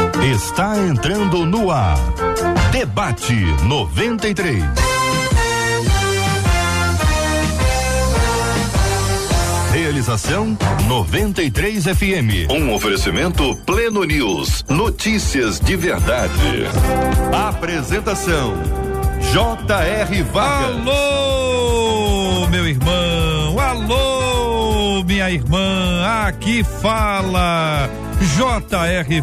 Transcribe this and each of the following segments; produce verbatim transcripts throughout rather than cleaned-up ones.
Está entrando no ar. Debate noventa e três. Realização noventa e três F M. Um oferecimento Pleno News. Notícias de verdade. Apresentação J R Vargas. Alô, meu irmão. Alô, minha irmã. Aqui fala J R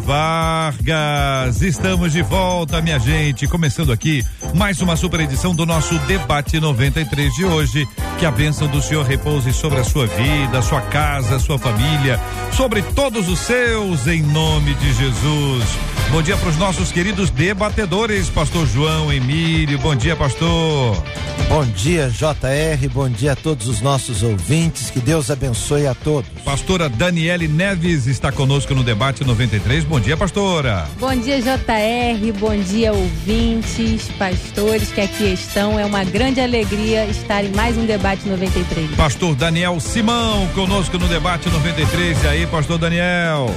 Vargas. Estamos de volta, minha gente, começando aqui mais uma super edição do nosso Debate noventa e três de hoje. Que a bênção do Senhor repouse sobre a sua vida, sua casa, sua família, sobre todos os seus, em nome de Jesus. Bom dia para os nossos queridos debatedores, pastor João Emílio. Bom dia, pastor. Bom dia, J R, bom dia a todos os nossos ouvintes, que Deus abençoe a todos. Pastora Daniele Neves está conosco no Debate noventa e três. Bom dia, pastora. Bom dia, J R, bom dia, ouvintes, pastores que aqui estão. É uma grande alegria estar em mais um Debate noventa e três. Pastor Daniel Simão conosco no Debate noventa e três. E aí, pastor Daniel?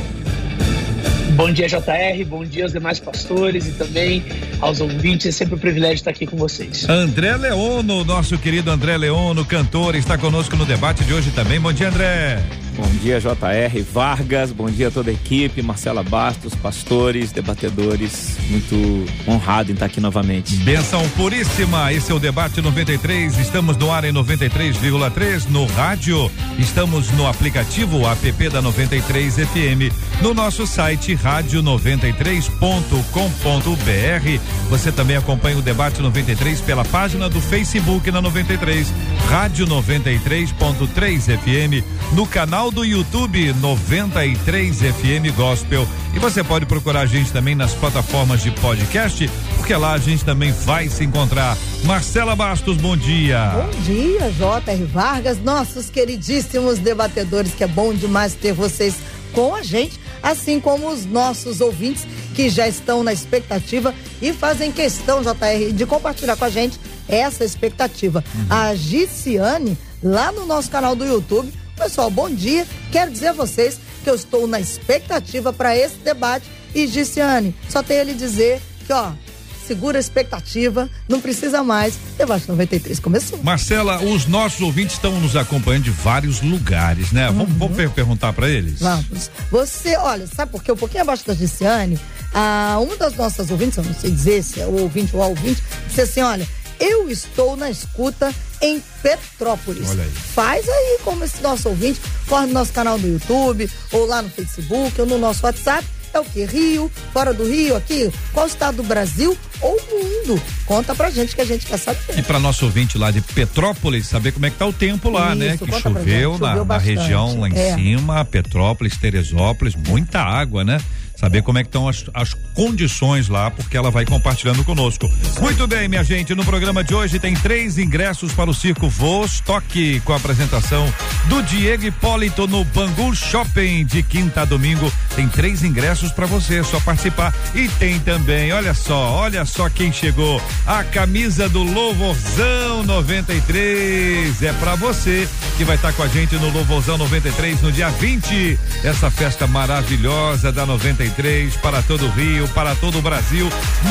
Bom dia, J R, bom dia aos demais pastores e também aos ouvintes. É sempre um privilégio estar aqui com vocês. André Leono, nosso querido André Leono, cantor, está conosco no debate de hoje também. Bom dia, André. Bom dia, J R Vargas, bom dia a toda a equipe, Marcela Bastos, pastores, debatedores, muito honrado em estar aqui novamente. Benção puríssima, esse é o Debate noventa e três, estamos no ar em noventa e três vírgula três no rádio, estamos no aplicativo app da noventa e três F M, no nosso site rádio noventa e três ponto com ponto b r. Você também acompanha o Debate noventa e três pela página do Facebook na noventa e três, rádio noventa e três ponto três F M, no canal do YouTube noventa e três F M Gospel, e você pode procurar a gente também nas plataformas de podcast, porque lá a gente também vai se encontrar. Marcela Bastos, bom dia. Bom dia, J R Vargas, nossos queridíssimos debatedores, que é bom demais ter vocês com a gente, assim como os nossos ouvintes que já estão na expectativa e fazem questão, J R, de compartilhar com a gente essa expectativa. Uhum. A Giciane, lá no nosso canal do YouTube. Pessoal, bom dia, quero dizer a vocês que eu estou na expectativa para esse debate, e Giciane, só tenho a lhe dizer que, ó, segura a expectativa, não precisa mais, Debate noventa e três começou. Marcela, os nossos ouvintes estão nos acompanhando de vários lugares, né? Uhum. Vamos, vamos per- perguntar para eles? Vamos. Você, olha, sabe por quê? Um pouquinho abaixo da Giciane, ah, uma das nossas ouvintes, eu não sei dizer se é o ouvinte ou a ouvinte, disse assim, olha, eu estou na escuta em Petrópolis. Olha aí. Faz aí como esse nosso ouvinte, corre no nosso canal do YouTube, ou lá no Facebook, ou no nosso WhatsApp. É o que? Rio, fora do Rio, aqui? Qual estado do Brasil ou mundo? Conta pra gente que a gente quer saber. E pra nosso ouvinte lá de Petrópolis, saber como é que tá o tempo lá, Isso, né? Que choveu, na, choveu na região lá em é. cima, Petrópolis, Teresópolis, muita água, né? Saber como é que estão as, as condições lá, porque ela vai compartilhando conosco. Muito bem, minha gente, no programa de hoje tem três ingressos para o Circo Vostok, com a apresentação do Diego Hipólito no Bangu Shopping, de quinta a domingo. Tem três ingressos para você, é só participar. E tem também, olha só, olha só quem chegou, a camisa do Louvorzão noventa e três, é para você que vai estar tá com a gente no Louvorzão noventa e três no dia vinte, essa festa maravilhosa da noventa e três para todo o Rio, para todo o Brasil.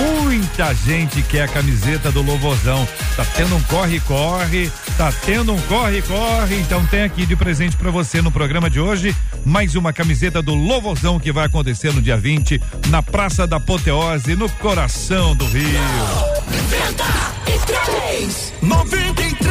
Muita gente quer a camiseta do Louvorzão. Tá tendo um corre-corre, tá tendo um corre-corre, então tem aqui de presente para você no programa de hoje mais uma camiseta do Louvorzão, que vai acontecer no dia vinte na Praça da Apoteose, no coração do Rio. noventa e três, noventa e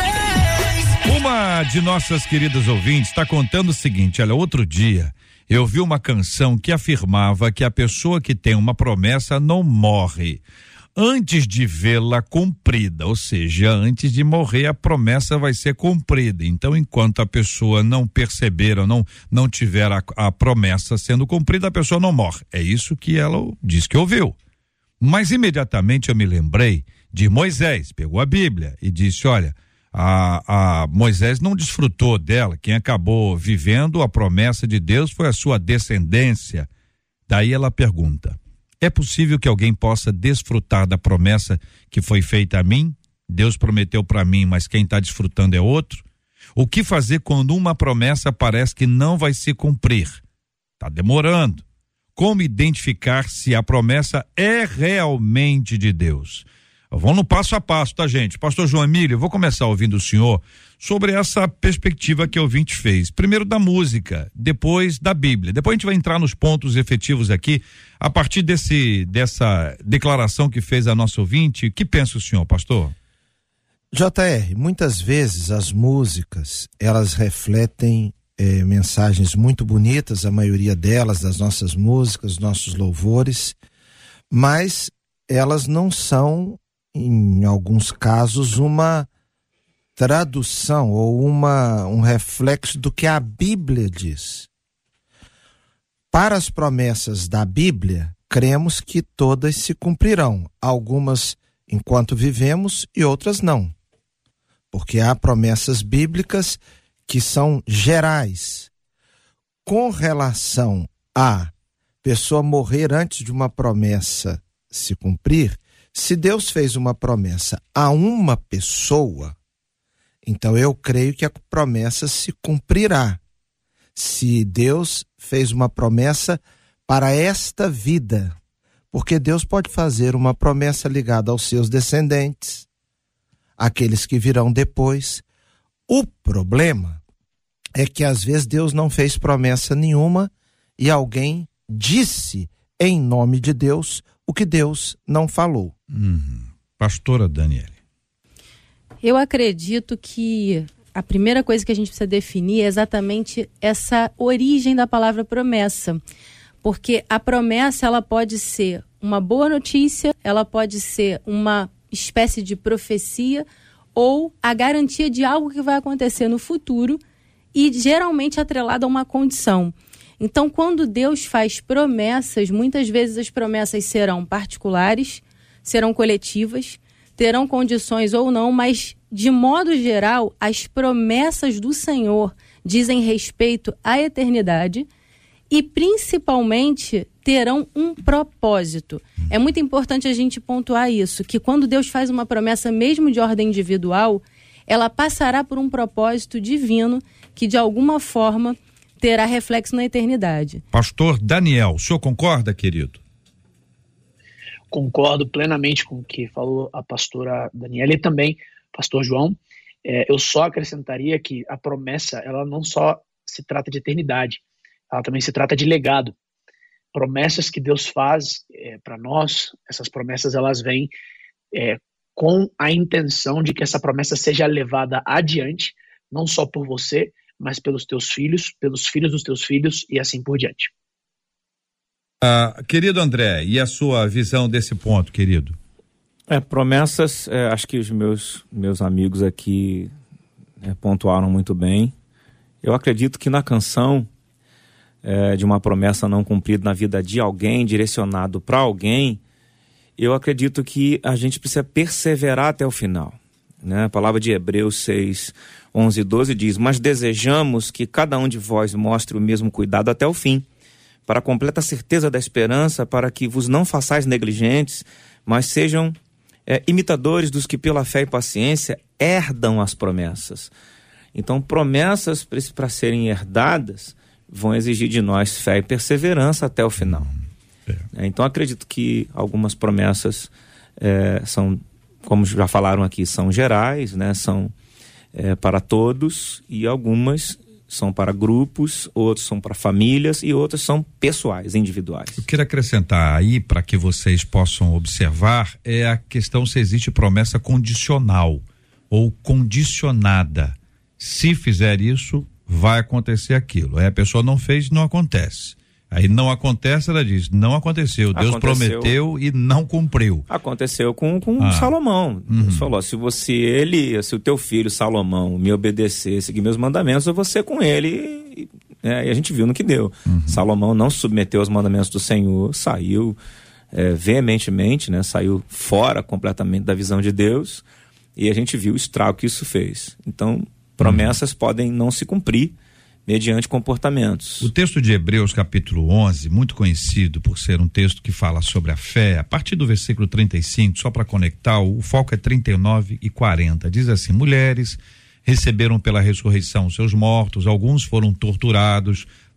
três. Uma de nossas queridas ouvintes está contando o seguinte, olha, outro dia eu vi uma canção que afirmava que a pessoa que tem uma promessa não morre antes de vê-la cumprida, ou seja, antes de morrer a promessa vai ser cumprida. Então, enquanto a pessoa não perceber ou não, não tiver a, a promessa sendo cumprida, a pessoa não morre. É isso que ela diz que ouviu. Mas imediatamente eu me lembrei de Moisés, pegou a Bíblia e disse, olha, A, a Moisés não desfrutou dela, quem acabou vivendo a promessa de Deus foi a sua descendência. Daí ela pergunta, é possível que alguém possa desfrutar da promessa que foi feita a mim? Deus prometeu para mim, mas quem está desfrutando é outro? O que fazer quando uma promessa parece que não vai se cumprir? Está demorando. como identificar se a promessa é realmente de Deus? Vamos no passo a passo, tá, gente? Pastor João Emílio, eu vou começar ouvindo o senhor sobre essa perspectiva que o ouvinte fez. Primeiro da música, depois da Bíblia. Depois a gente vai entrar nos pontos efetivos aqui, a partir desse, dessa declaração que fez a nossa ouvinte. O que pensa o senhor, pastor? J R, muitas vezes as músicas, elas refletem eh, mensagens muito bonitas, a maioria delas, das nossas músicas, nossos louvores, mas elas não são, em alguns casos, uma tradução ou uma, um reflexo do que a Bíblia diz. Para as promessas da Bíblia, cremos que todas se cumprirão, algumas enquanto vivemos e outras não. Porque há promessas bíblicas que são gerais. Com relação a pessoa morrer antes de uma promessa se cumprir, se Deus fez uma promessa a uma pessoa, então eu creio que a promessa se cumprirá. Se Deus fez uma promessa para esta vida, porque Deus pode fazer uma promessa ligada aos seus descendentes, aqueles que virão depois. O problema é que às vezes Deus não fez promessa nenhuma e alguém disse em nome de Deus o que Deus não falou. Uhum. Pastora Daniele. Eu acredito que a primeira coisa que a gente precisa definir é exatamente essa origem da palavra promessa. Porque a promessa, ela pode ser uma boa notícia, ela pode ser uma espécie de profecia ou a garantia de algo que vai acontecer no futuro e geralmente atrelada a uma condição. Então, quando Deus faz promessas, muitas vezes as promessas serão particulares, serão coletivas, terão condições ou não, mas, de modo geral, as promessas do Senhor dizem respeito à eternidade e, principalmente, terão um propósito. É muito importante a gente pontuar isso, que quando Deus faz uma promessa, mesmo de ordem individual, ela passará por um propósito divino que, de alguma forma, terá reflexo na eternidade. Pastor Daniel, o senhor concorda, querido? Concordo plenamente com o que falou a pastora Daniela e também pastor João. É, eu só acrescentaria que a promessa, ela não só se trata de eternidade, ela também se trata de legado. Promessas que Deus faz é, para nós, essas promessas elas vêm é, com a intenção de que essa promessa seja levada adiante, não só por você, mas pelos teus filhos, pelos filhos dos teus filhos e assim por diante. Ah, querido André, e a sua visão desse ponto, querido? É, promessas, é, acho que os meus, meus amigos aqui é, pontuaram muito bem. Eu acredito que na canção é, de uma promessa não cumprida na vida de alguém, direcionado para alguém, eu acredito que a gente precisa perseverar até o final. Né? A palavra de Hebreus seis, onze e doze diz: mas desejamos que cada um de vós mostre o mesmo cuidado até o fim, para a completa certeza da esperança, para que vos não façais negligentes, mas sejam é, imitadores dos que pela fé e paciência herdam as promessas. Então, promessas para serem herdadas vão exigir de nós fé e perseverança até o final. É. Então, acredito que algumas promessas é, são, como já falaram aqui, são gerais, né? São é, para todos, e algumas são para grupos, outros são para famílias e outros são pessoais, individuais. Eu quero acrescentar aí, para que vocês possam observar, é a questão se existe promessa condicional ou condicionada. Se fizer isso, vai acontecer aquilo. Aí a pessoa não fez, não acontece. Aí não acontece, ela diz, não aconteceu. Deus aconteceu, prometeu e não cumpriu. Aconteceu com, com ah. Salomão. Uhum. Deus falou, se você, ele, se o teu filho Salomão me obedecer, seguir meus mandamentos, eu vou ser com ele. E, é, e a gente viu no que deu. Uhum. Salomão não se submeteu aos mandamentos do Senhor, saiu é, veementemente, né? Saiu fora completamente da visão de Deus, e a gente viu o estrago que isso fez. Então, promessas uhum. podem não se cumprir mediante comportamentos. O texto de Hebreus capítulo onze, muito conhecido por ser um texto que fala sobre a fé, a partir do versículo trinta e cinco, só para conectar, o foco é trinta e nove e quarenta, diz assim: mulheres receberam pela ressurreição seus mortos, alguns foram torturados,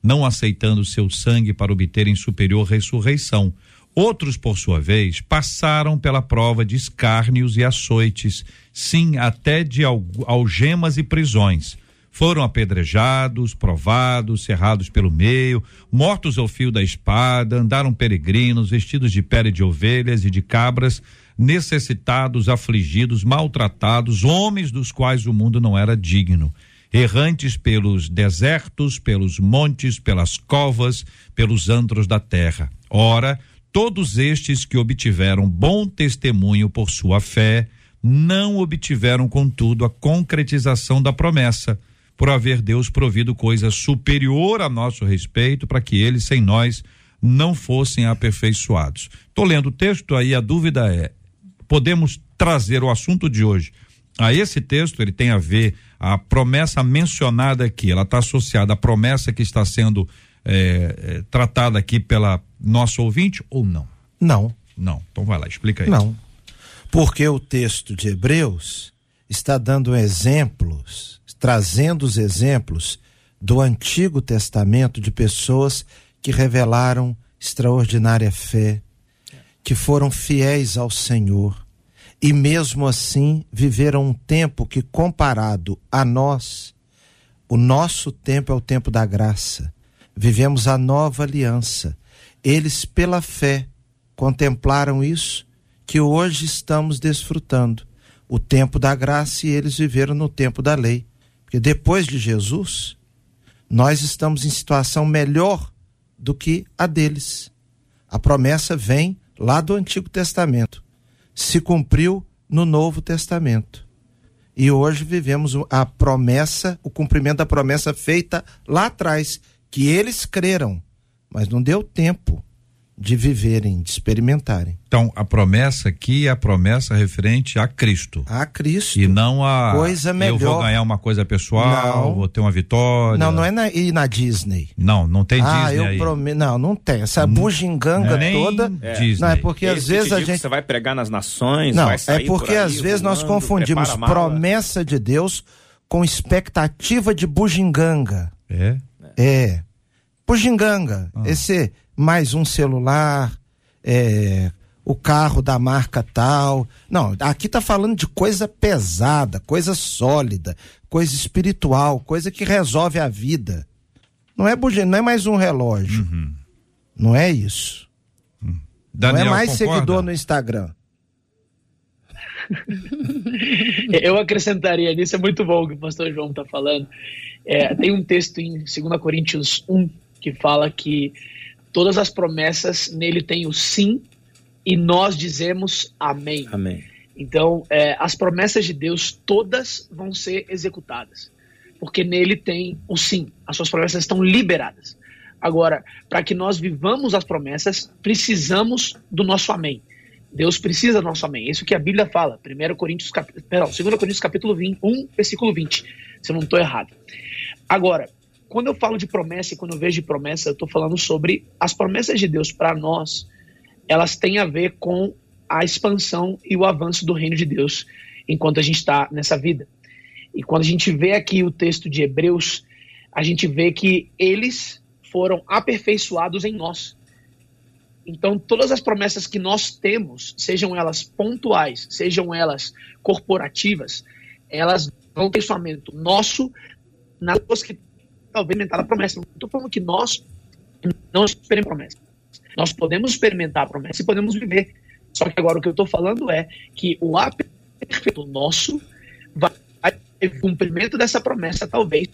não aceitando seu sangue para obterem superior ressurreição. Outros, por sua vez, passaram pela prova de escárnios e açoites, sim, até de algemas e prisões. Foram apedrejados, provados, cerrados pelo meio, mortos ao fio da espada, andaram peregrinos, vestidos de pele de ovelhas e de cabras, necessitados, afligidos, maltratados, homens dos quais o mundo não era digno. Errantes pelos desertos, pelos montes, pelas covas, pelos antros da terra. Ora, todos estes que obtiveram bom testemunho por sua fé, não obtiveram, contudo, a concretização da promessa, por haver Deus provido coisa superior a nosso respeito, para que eles, sem nós, não fossem aperfeiçoados. Estou lendo o texto, aí a dúvida é, podemos trazer o assunto de hoje a esse texto? Ele tem a ver, a promessa mencionada aqui, ela está associada à promessa que está sendo é, é, tratada aqui pela nosso ouvinte ou não? Não. Não, então vai lá, explica aí. Não, porque o texto de Hebreus está dando exemplos, trazendo os exemplos do Antigo Testamento de pessoas que revelaram extraordinária fé, que foram fiéis ao Senhor e mesmo assim viveram um tempo que, comparado a nós, o nosso tempo é o tempo da graça. Vivemos a nova aliança. Eles, pela fé, contemplaram isso que hoje estamos desfrutando. O tempo da graça, e eles viveram no tempo da lei. Porque depois de Jesus, nós estamos em situação melhor do que a deles. A promessa vem lá do Antigo Testamento. Se cumpriu no Novo Testamento. E hoje vivemos a promessa, o cumprimento da promessa feita lá atrás, que eles creram, mas não deu tempo de viverem, de experimentarem. Então, a promessa aqui é a promessa referente a Cristo. A Cristo. E não a... coisa melhor. Eu vou ganhar uma coisa pessoal, não. Vou ter uma vitória. Não, não é na, ir na Disney. Não, não tem ah, Disney eu aí. Prome... Não, não tem. Essa não, bugiganga nem toda... É. Disney. Não, é porque Esse às vezes a gente... Você vai pregar nas nações, Não, vai sair é porque por aí, às vezes nós voando, confundimos promessa de Deus com expectativa de bugiganga. É? É. Bugiganga. Ah. Esse mais um celular... É, o carro da marca tal. Não, aqui tá falando de coisa pesada, coisa sólida, coisa espiritual, coisa que resolve a vida. Não é bugi, não é mais um relógio. Uhum. Não é isso. Uhum. Daniel, não é mais concorda? seguidor no Instagram. Eu acrescentaria nisso, é muito bom o que o pastor João está falando. É, tem um texto em dois Coríntios um que fala que todas as promessas nele tem o sim e nós dizemos amém. Amém. Então, é, as promessas de Deus todas vão ser executadas, porque nele tem o sim. As suas promessas estão liberadas. Agora, para que nós vivamos as promessas, precisamos do nosso amém. Deus precisa do nosso amém. Isso que a Bíblia fala. primeira Coríntios, cap... Perdão, dois Coríntios capítulo vinte, um, versículo vinte. Se eu não estou errado. Agora, quando eu falo de promessa e quando eu vejo de promessa, eu estou falando sobre as promessas de Deus para nós. Elas têm a ver com a expansão e o avanço do reino de Deus enquanto a gente está nessa vida. E quando a gente vê aqui o texto de Hebreus, a gente vê que eles foram aperfeiçoados em nós. Então, todas as promessas que nós temos, sejam elas pontuais, sejam elas corporativas, elas vão ter somente nosso nas pessoas que talvez experimentar a promessa. Não estou falando que nós não experimentamos a promessa. Nós podemos experimentar a promessa e podemos viver. Só que agora o que eu estou falando é que o aperfeiçoamento nosso vai ter cumprimento dessa promessa, talvez.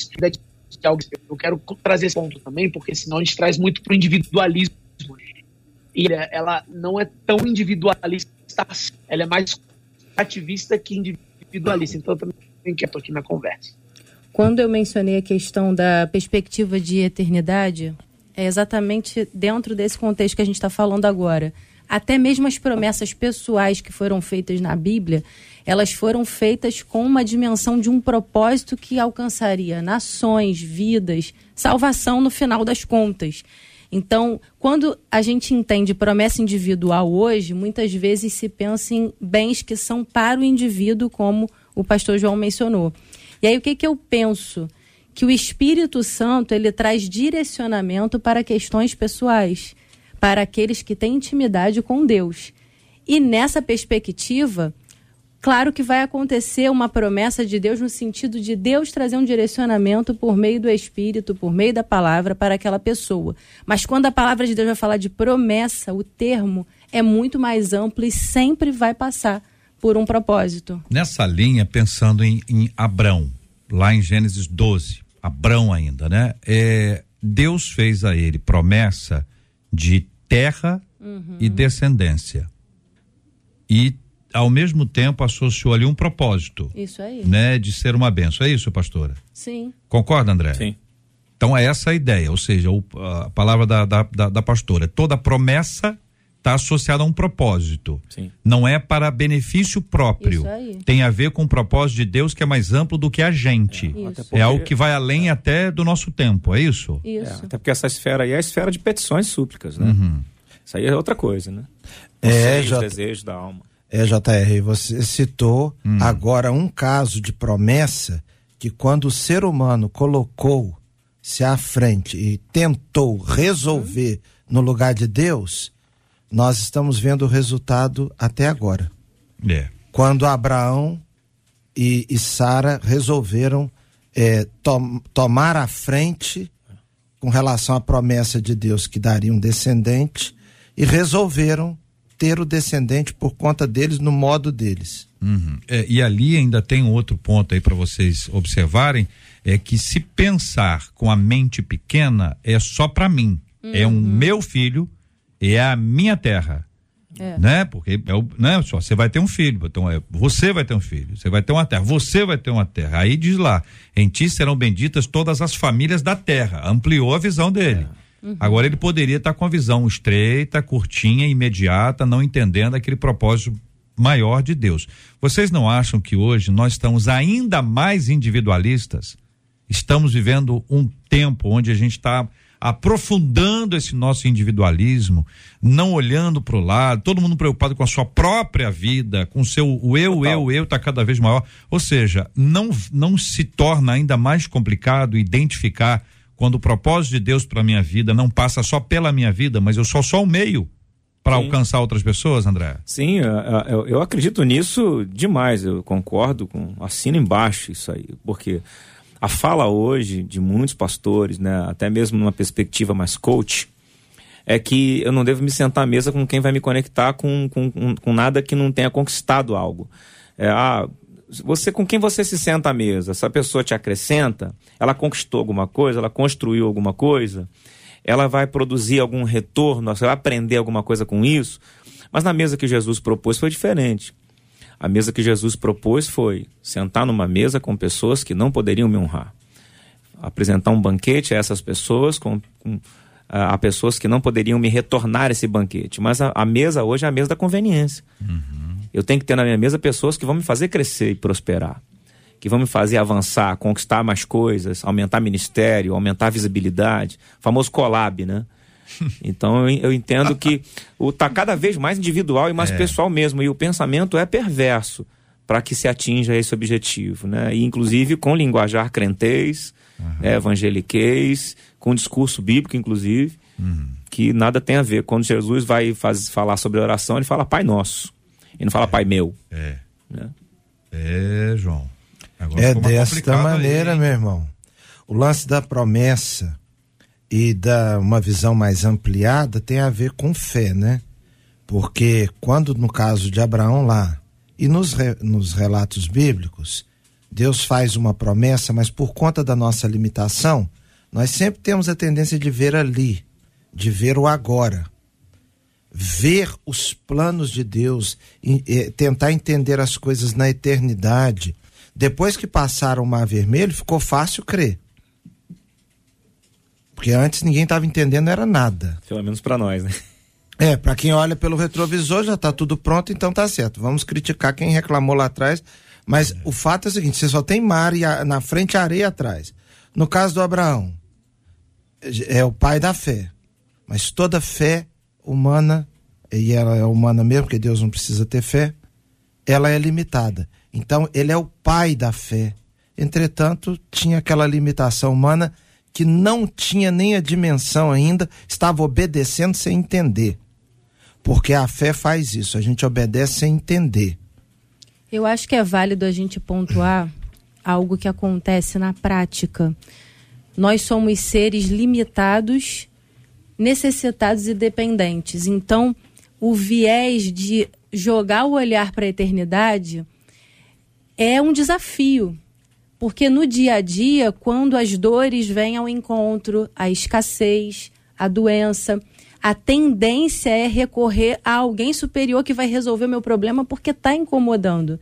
Eu quero trazer esse ponto também, porque senão a gente traz muito para o individualismo. E ela não é tão individualista, ela é mais ativista que individualista. Então eu também quero aqui na conversa. Quando eu mencionei a questão da perspectiva de eternidade, é exatamente dentro desse contexto que a gente está falando agora. Até mesmo as promessas pessoais que foram feitas na Bíblia, elas foram feitas com uma dimensão de um propósito que alcançaria nações, vidas, salvação no final das contas. Então, quando a gente entende promessa individual hoje, muitas vezes se pensa em bens que são para o indivíduo, como o pastor João mencionou. E aí o que, que eu penso? que o Espírito Santo ele traz direcionamento para questões pessoais, para aqueles que têm intimidade com Deus. E nessa perspectiva, claro que vai acontecer uma promessa de Deus no sentido de Deus trazer um direcionamento por meio do Espírito, por meio da palavra para aquela pessoa. Mas quando a palavra de Deus vai falar de promessa, o termo é muito mais amplo e sempre vai passar por um propósito. Nessa linha, pensando em, em Abrão, lá em Gênesis doze, Abrão ainda, né? É, Deus fez a ele promessa de terra uhum. e descendência. E ao mesmo tempo associou ali um propósito. Isso aí. Né, de ser uma bênção. É isso, pastora? Sim. Concorda, André? Sim. Então é essa a ideia, ou seja, o, a palavra da, da, da, da pastora, toda promessa está associada a um propósito. Sim. Não é para benefício próprio. Isso aí. Tem a ver com o propósito de Deus que é mais amplo do que a gente. É, isso. É algo que vai além é. até do nosso tempo, é isso? Isso. É, até porque essa esfera aí é a esfera de petições e súplicas, né? Uhum. Isso aí é outra coisa, né? É, os já... desejos da alma. É, J R, você citou hum. agora um caso de promessa que quando o ser humano colocou-se à frente e tentou resolver hum. no lugar de Deus, nós estamos vendo o resultado até agora. É. Quando Abraão e, e Sara resolveram é, to, tomar a frente com relação à promessa de Deus que daria um descendente e resolveram ter o descendente por conta deles, no modo deles. Uhum. É, e ali ainda tem um outro ponto aí para vocês observarem, é que se pensar com a mente pequena é só para mim, uhum. é um meu filho, é a minha terra, é. né? Porque é o, né? Só você vai ter um filho, então é, você vai ter um filho, você vai ter uma terra, você vai ter uma terra. Aí diz lá, em ti serão benditas todas as famílias da terra. Ampliou a visão dele. É. Uhum. Agora ele poderia estar com a visão estreita, curtinha, imediata, não entendendo aquele propósito maior de Deus. Vocês não acham que hoje nós estamos ainda mais individualistas? Estamos vivendo um tempo onde a gente está aprofundando esse nosso individualismo, não olhando para o lado, todo mundo preocupado com a sua própria vida, com o seu o eu, Total. eu, eu está cada vez maior. Ou seja, não, não se torna ainda mais complicado identificar quando o propósito de Deus para minha vida não passa só pela minha vida, mas eu sou só o meio para alcançar outras pessoas, André? Sim, eu, eu acredito nisso demais, eu concordo com, assino embaixo isso aí, porque a fala hoje de muitos pastores, né, até mesmo numa perspectiva mais coach, é que eu não devo me sentar à mesa com quem vai me conectar com, com, com, com nada que não tenha conquistado algo. É, ah, Você, com quem você se senta à mesa, essa pessoa te acrescenta, ela conquistou alguma coisa, ela construiu alguma coisa, ela vai produzir algum retorno, você vai aprender alguma coisa com isso, mas na mesa que Jesus propôs foi diferente. A mesa que Jesus propôs foi sentar numa mesa com pessoas que não poderiam me honrar, apresentar um banquete a essas pessoas, com, com, a, a pessoas que não poderiam me retornar esse banquete, mas a, a mesa hoje é a mesa da conveniência. Uhum. Eu tenho que ter na minha mesa pessoas que vão me fazer crescer e prosperar, que vão me fazer avançar, conquistar mais coisas, aumentar ministério, aumentar visibilidade, famoso collab, né? Então eu, eu entendo que o tá cada vez mais individual e mais é. pessoal mesmo, e o pensamento é perverso para que se atinja esse objetivo, né? E inclusive com linguajar crentez, uhum. é, evangeliquez, com discurso bíblico inclusive, uhum. que nada tem a ver. Quando Jesus vai faz, falar sobre oração, ele fala Pai Nosso. E não fala é, Pai Meu. É. Né? É, João. Agora é desta maneira, aí, meu irmão. O lance da promessa e da uma visão mais ampliada tem a ver com fé, né? Porque quando no caso de Abraão lá, e nos, re, nos relatos bíblicos, Deus faz uma promessa, mas por conta da nossa limitação, nós sempre temos a tendência de ver ali, de ver o agora. Ver os planos de Deus, e, e, tentar entender as coisas na eternidade. Depois que passaram o Mar Vermelho, ficou fácil crer. Porque antes ninguém estava entendendo, era nada. Pelo menos para nós, né? É, para quem olha pelo retrovisor, já está tudo pronto, então tá certo. Vamos criticar quem reclamou lá atrás. Mas é. o fato é o seguinte, você só tem mar e a, na frente areia atrás. No caso do Abraão, é o pai da fé. Mas toda fé humana, e ela é humana mesmo, porque Deus não precisa ter fé, ela é limitada. Então ele é o pai da fé, entretanto, tinha aquela limitação humana que não tinha nem a dimensão ainda, estava obedecendo sem entender. Porque a fé faz isso, a gente obedece sem entender. Eu acho que é válido a gente pontuar algo que acontece na prática. Nós somos seres limitados, necessitados e dependentes. Então, o viés de jogar o olhar para a eternidade é um desafio. Porque no dia a dia, quando as dores vêm ao encontro, a escassez, a doença, a tendência é recorrer a alguém superior que vai resolver o meu problema porque está incomodando.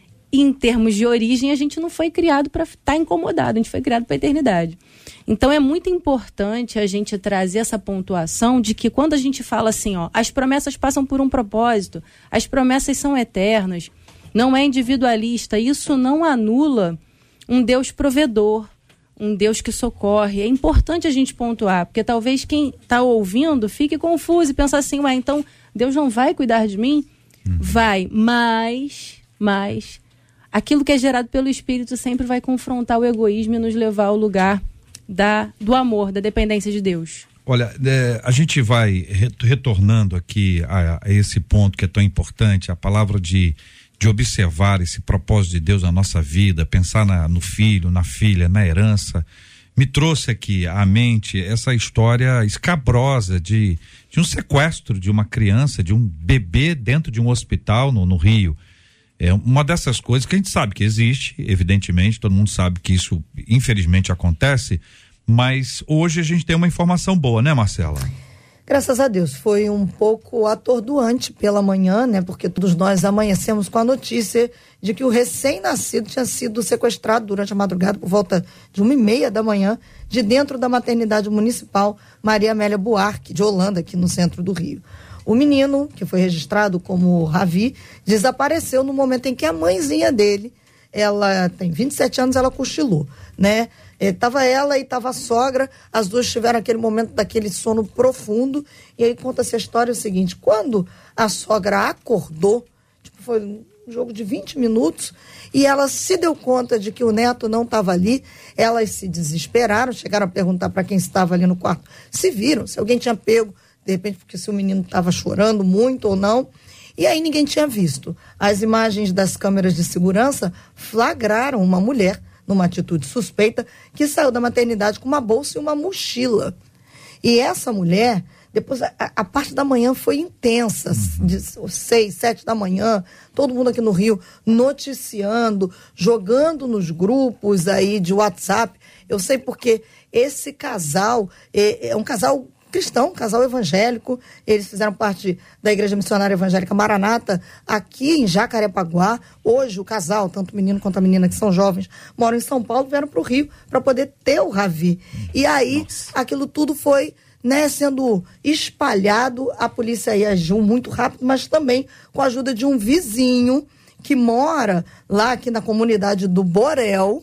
E em termos de origem, a gente não foi criado para estar tá incomodado, a gente foi criado para a eternidade. Então é muito importante a gente trazer essa pontuação de que quando a gente fala assim, ó, as promessas passam por um propósito, as promessas são eternas, não é individualista, isso não anula um Deus provedor, um Deus que socorre. É importante a gente pontuar, porque talvez quem está ouvindo fique confuso e pensa assim, ué, então Deus não vai cuidar de mim? Uhum. Vai, mas, mas aquilo que é gerado pelo Espírito sempre vai confrontar o egoísmo e nos levar ao lugar da, do amor, da dependência de Deus. Olha, é, a gente vai retornando aqui a, a esse ponto que é tão importante, a palavra de de observar esse propósito de Deus na nossa vida, pensar na, no filho, na filha, na herança, me trouxe aqui à mente essa história escabrosa de, de um sequestro de uma criança, de um bebê dentro de um hospital no, no Rio. É uma dessas coisas que a gente sabe que existe, evidentemente, todo mundo sabe que isso infelizmente acontece, mas hoje a gente tem uma informação boa, né, Marcela? Graças a Deus, foi um pouco atordoante pela manhã, né? Porque todos nós amanhecemos com a notícia de que o recém-nascido tinha sido sequestrado durante a madrugada, por volta de uma e meia da manhã, de dentro da maternidade municipal Maria Amélia Buarque, de Holanda, aqui no centro do Rio. O menino, que foi registrado como Ravi, desapareceu no momento em que a mãezinha dele, ela tem vinte e sete anos, ela cochilou, né? Estava ela e estava a sogra, as duas tiveram aquele momento daquele sono profundo, e aí conta-se a história o seguinte, quando a sogra acordou, tipo, foi um jogo de vinte minutos, e ela se deu conta de que o neto não estava ali, elas se desesperaram, chegaram a perguntar para quem estava ali no quarto, se viram, se alguém tinha pego, de repente, porque se o menino estava chorando muito ou não, e aí ninguém tinha visto. As imagens das câmeras de segurança flagraram uma mulher numa atitude suspeita, que saiu da maternidade com uma bolsa e uma mochila. E essa mulher, depois, a, a parte da manhã foi intensa, uhum. de seis, sete da manhã, todo mundo aqui no Rio noticiando, jogando nos grupos aí de WhatsApp. Eu sei porque esse casal é, é um casal cristão, um casal evangélico, eles fizeram parte da Igreja Missionária Evangélica Maranata, aqui em Jacarepaguá. Hoje o casal, tanto o menino quanto a menina, que são jovens, moram em São Paulo, vieram para o Rio para poder ter o Ravi. E aí, Nossa. aquilo tudo foi, né, sendo espalhado, a polícia aí agiu muito rápido, mas também com a ajuda de um vizinho que mora lá aqui na comunidade do Borel,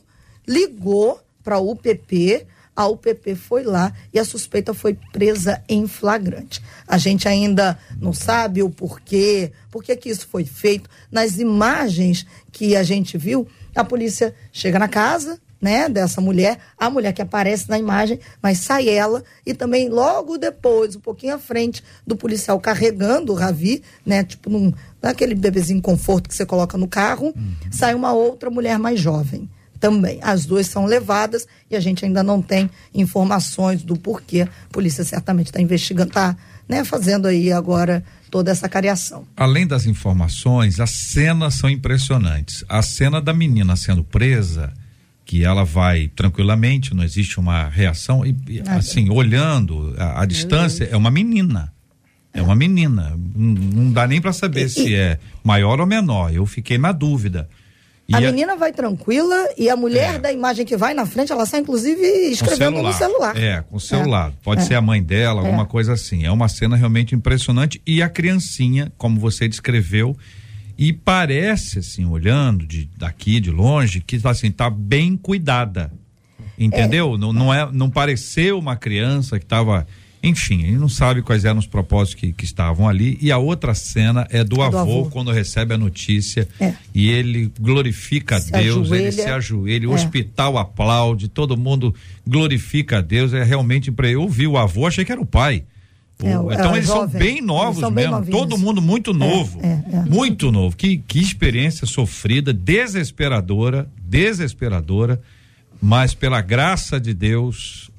ligou para a U P P, a U P P foi lá e a suspeita foi presa em flagrante. A gente ainda não sabe o porquê, por que que isso foi feito. Nas imagens que a gente viu, a polícia chega na casa, né, dessa mulher, a mulher que aparece na imagem, mas sai ela, e também logo depois, um pouquinho à frente do policial carregando o Ravi, né, tipo num, naquele bebezinho conforto que você coloca no carro, uhum. sai uma outra mulher mais jovem. Também, as duas são levadas e a gente ainda não tem informações do porquê. A polícia certamente está investigando, está, né, fazendo aí agora toda essa cariação. Além das informações, as cenas são impressionantes. A cena da menina sendo presa, que ela vai tranquilamente, não existe uma reação, e ah, assim, é. olhando a, a distância, é uma menina. É uma menina. Não, não dá nem para saber e, se e... é maior ou menor. Eu fiquei na dúvida. E a, a menina vai tranquila e a mulher é. da imagem que vai na frente, ela sai inclusive escrevendo celular. no celular. É, com o celular. É. Pode é. ser a mãe dela, alguma é. coisa assim. É uma cena realmente impressionante. E a criancinha, como você descreveu, e parece assim, olhando de, daqui, de longe, que assim, tá bem cuidada. Entendeu? É. Não, não, é, não pareceu uma criança que estava Enfim, ele não sabe quais eram os propósitos que, que estavam ali. E a outra cena é do, é avô, do avô, quando recebe a notícia é. e ele glorifica se a Deus, ajoelha, ele se ajoelha, é. o hospital aplaude, todo mundo glorifica a Deus. É realmente, eu ouvi o avô, achei que era o pai. É, o, então é, eles jovem. são bem novos são mesmo, bem todo mundo muito novo, é, é, é. muito novo. Que, que experiência sofrida, desesperadora, desesperadora, mas pela graça de Deus,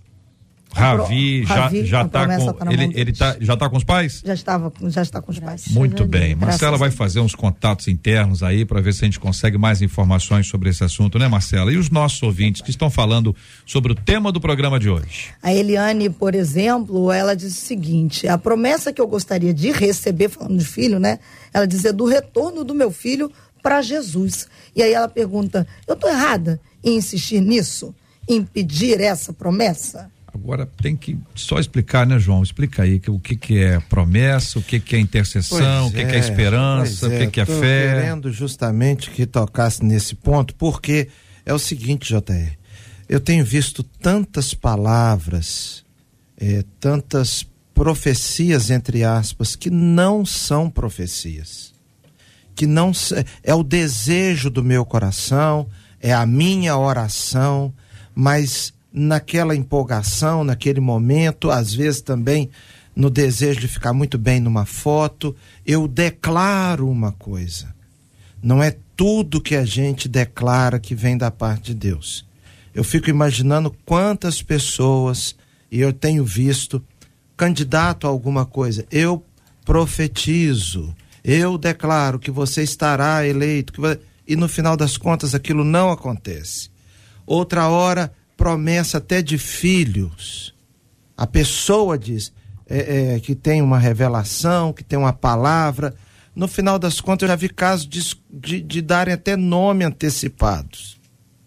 Ravi, Ravi já, já tá com tá ele, ele tá, já tá com os pais? Já estava, já está com os pais. Muito bem. Marcela vai fazer uns contatos internos aí para ver se a gente consegue mais informações sobre esse assunto, né, Marcela? E os nossos ouvintes que estão falando sobre o tema do programa de hoje. A Eliane, por exemplo, ela diz o seguinte: a promessa que eu gostaria de receber, falando de filho, né? Ela diz é do retorno do meu filho para Jesus. E aí ela pergunta: eu tô errada em insistir nisso, em pedir essa promessa? Agora tem que só explicar, né, João? Explica aí que, o que, que é promessa, o que, que é intercessão, pois o que é, que é esperança, é, o que, que é fé. Estou querendo justamente que tocasse nesse ponto, porque é o seguinte, J R, eu tenho visto tantas palavras, é, tantas profecias, entre aspas, que não são profecias, que não é o desejo do meu coração, é a minha oração, mas naquela empolgação, naquele momento, às vezes também no desejo de ficar muito bem numa foto, eu declaro uma coisa. Não é tudo que a gente declara que vem da parte de Deus. Eu fico imaginando quantas pessoas, e eu tenho visto, candidato a alguma coisa, eu profetizo, eu declaro que você estará eleito, que você... e no final das contas aquilo não acontece. Outra hora, promessa até de filhos. A pessoa diz é, é, que tem uma revelação, que tem uma palavra. No final das contas, eu já vi casos de, de, de darem até nome antecipados.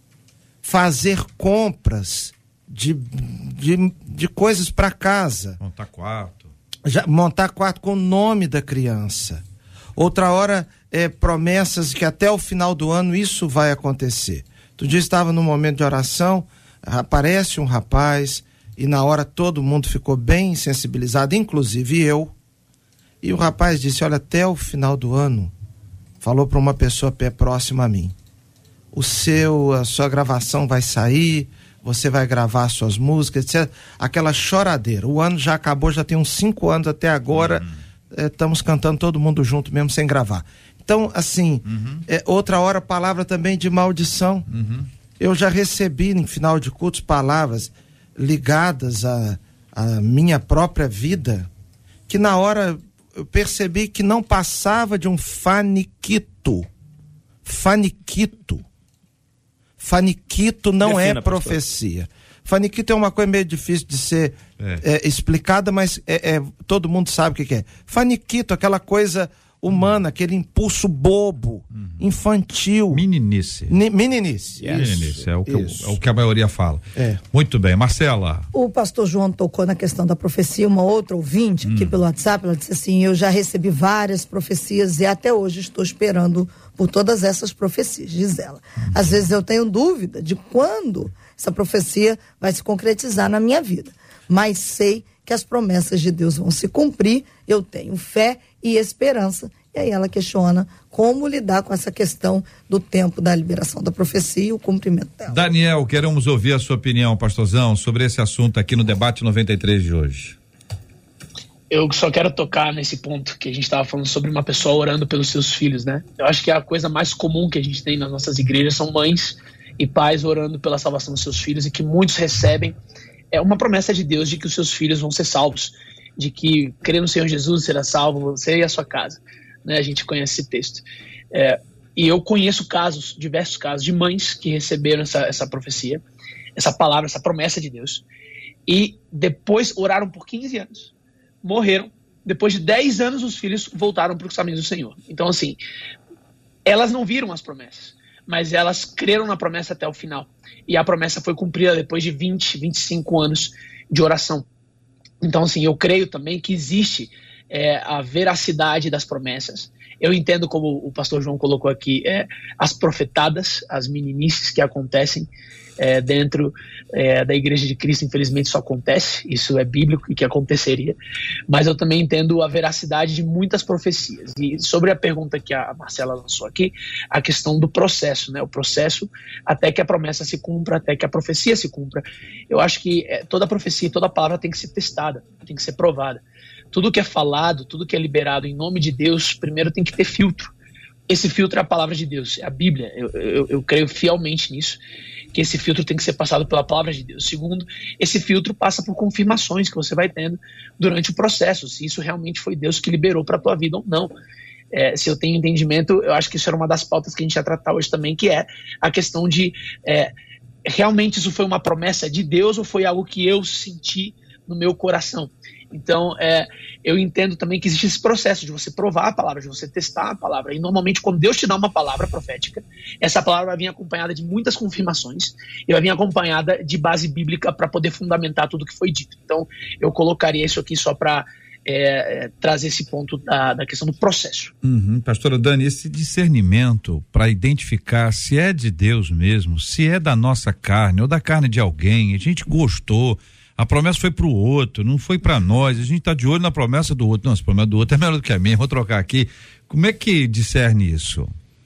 Fazer compras de, de, de coisas para casa. Montar quarto. Já, montar quarto com o nome da criança. Outra hora, é, promessas que até o final do ano isso vai acontecer. Outro dia estava num momento de oração, aparece um rapaz e na hora todo mundo ficou bem sensibilizado, inclusive eu, e o rapaz disse, olha, até o final do ano, falou para uma pessoa próxima a mim, o seu, a sua gravação vai sair, você vai gravar suas músicas, etcétera. Aquela choradeira, o ano já acabou, já tem uns cinco anos até agora, uhum. estamos é, cantando todo mundo junto mesmo sem gravar. Então, assim, uhum. é, outra hora palavra também de maldição. Uhum. Eu já recebi em final de cultos palavras ligadas à, à minha própria vida, que na hora eu percebi que não passava de um faniquito. Faniquito. Faniquito não Defina, é profecia. Pastor. Faniquito é uma coisa meio difícil de ser é. É, explicada, mas é, é, todo mundo sabe o que, que é. Faniquito, aquela coisa humana, aquele impulso bobo, uhum. infantil. Meninice. Ni, meninice. Yes. Meninice, é o, que eu, é o que a maioria fala. É. Muito bem, Marcela. O pastor João tocou na questão da profecia, uma outra ouvinte hum. aqui pelo WhatsApp, ela disse assim, eu já recebi várias profecias e até hoje estou esperando por todas essas profecias, diz ela. Hum. Às vezes eu tenho dúvida de quando essa profecia vai se concretizar na minha vida, mas sei que as promessas de Deus vão se cumprir, eu tenho fé e esperança. E aí ela questiona como lidar com essa questão do tempo da liberação da profecia e o cumprimento dela. Daniel, queremos ouvir a sua opinião, pastorzão, sobre esse assunto aqui no Debate noventa e três de hoje. Eu só quero tocar nesse ponto que a gente estava falando sobre uma pessoa orando pelos seus filhos, né? Eu acho que a coisa mais comum que a gente tem nas nossas igrejas são mães e pais orando pela salvação dos seus filhos, e que muitos recebem é uma promessa de Deus de que os seus filhos vão ser salvos, de que crê no Senhor Jesus será salvo você e a sua casa, né? A gente conhece esse texto, é, e eu conheço casos, diversos casos de mães que receberam essa, essa profecia, essa palavra, essa promessa de Deus, e depois oraram por quinze anos, morreram, depois de dez anos os filhos voltaram para os caminhos do Senhor. Então, assim, elas não viram as promessas, mas elas creram na promessa até o final. E a promessa foi cumprida depois de vinte, vinte e cinco anos de oração. Então, assim, eu creio também que existe é, a veracidade das promessas. Eu entendo, como o pastor João colocou aqui, é, as profetadas, as meninices que acontecem é, dentro é, da Igreja de Cristo, infelizmente isso acontece, isso é bíblico e que aconteceria, mas eu também entendo a veracidade de muitas profecias. E sobre a pergunta que a Marcela lançou aqui, a questão do processo, né? O processo até que a promessa se cumpra, até que a profecia se cumpra. Eu acho que é, toda profecia, toda palavra tem que ser testada, tem que ser provada. Tudo que é falado, tudo que é liberado em nome de Deus, primeiro tem que ter filtro. Esse filtro é a palavra de Deus, é a Bíblia. Eu, eu, eu creio fielmente nisso, que esse filtro tem que ser passado pela palavra de Deus. Segundo, esse filtro passa por confirmações que você vai tendo durante o processo, se isso realmente foi Deus que liberou para a tua vida ou não. É, se eu tenho entendimento, eu acho que isso era uma das pautas que a gente ia tratar hoje também, que é a questão de é, realmente isso foi uma promessa de Deus ou foi algo que eu senti no meu coração. Então, é, eu entendo também que existe esse processo de você provar a palavra, de você testar a palavra. E normalmente, quando Deus te dá uma palavra profética, essa palavra vai vir acompanhada de muitas confirmações e vai vir acompanhada de base bíblica para poder fundamentar tudo que foi dito. Então, eu colocaria isso aqui só para é, é, trazer esse ponto da, da questão do processo. Uhum. Pastora Dani, esse discernimento para identificar se é de Deus mesmo, se é da nossa carne ou da carne de alguém, a gente gostou, a promessa foi pro outro, não foi para nós, a gente tá de olho na promessa do outro. Não, essa promessa do outro é melhor do que a minha, vou trocar aqui. Como é que discerne isso?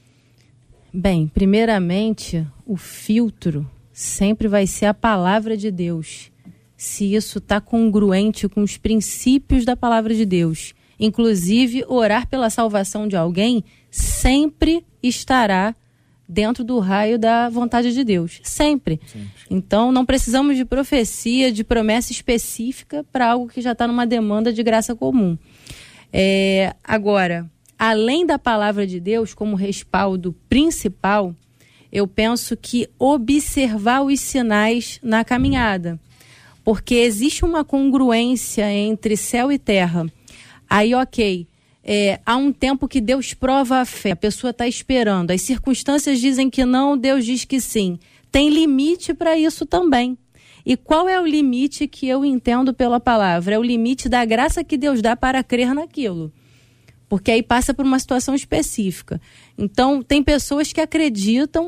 Bem, primeiramente, o filtro sempre vai ser a palavra de Deus. Se isso está congruente com os princípios da palavra de Deus. Inclusive, orar pela salvação de alguém sempre estará dentro do raio da vontade de Deus, sempre. sempre. Então, não precisamos de profecia, de promessa específica para algo que já está numa demanda de graça comum. É, agora, além da palavra de Deus como respaldo principal, eu penso que observar os sinais na caminhada, porque existe uma congruência entre céu e terra. Aí, ok, É, há um tempo que Deus prova a fé, a pessoa está esperando, as circunstâncias dizem que não, Deus diz que sim. Tem limite para isso também. E qual é o limite que eu entendo pela palavra? É o limite da graça que Deus dá para crer naquilo. Porque aí passa por uma situação específica. Então, tem pessoas que acreditam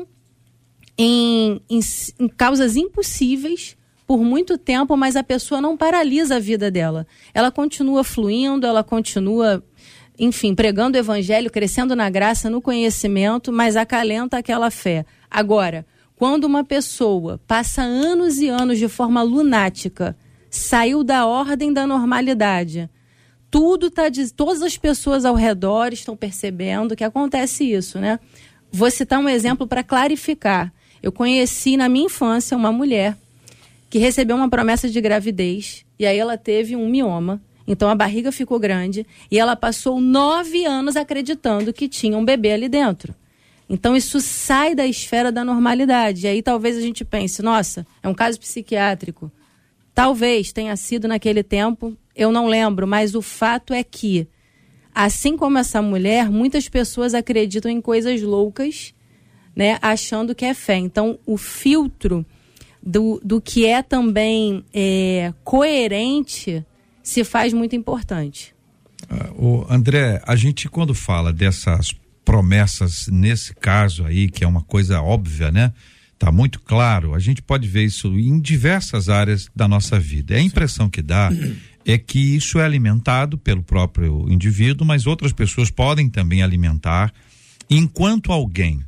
em, em, em causas impossíveis por muito tempo, mas a pessoa não paralisa a vida dela. Ela continua fluindo, ela continua, enfim, pregando o evangelho, crescendo na graça, no conhecimento, mas acalenta aquela fé. Agora, quando uma pessoa passa anos e anos de forma lunática, saiu da ordem da normalidade, tudo tá de, todas as pessoas ao redor estão percebendo que acontece isso, né? Vou citar um exemplo para clarificar. Eu conheci na minha infância uma mulher que recebeu uma promessa de gravidez e aí ela teve um mioma. Então a barriga ficou grande e ela passou nove anos acreditando que tinha um bebê ali dentro. Então isso sai da esfera da normalidade. E aí talvez a gente pense, nossa, é um caso psiquiátrico. Talvez tenha sido naquele tempo, eu não lembro, mas o fato é que, assim como essa mulher, muitas pessoas acreditam em coisas loucas, né, achando que é fé. Então o filtro do, do que é também é, coerente se faz muito importante. Uh, o André, a gente quando fala dessas promessas nesse caso aí, que é uma coisa óbvia, né? Tá muito claro, a gente pode ver isso em diversas áreas da nossa vida. A impressão que dá é que isso é alimentado pelo próprio indivíduo, mas outras pessoas podem também alimentar. Enquanto alguém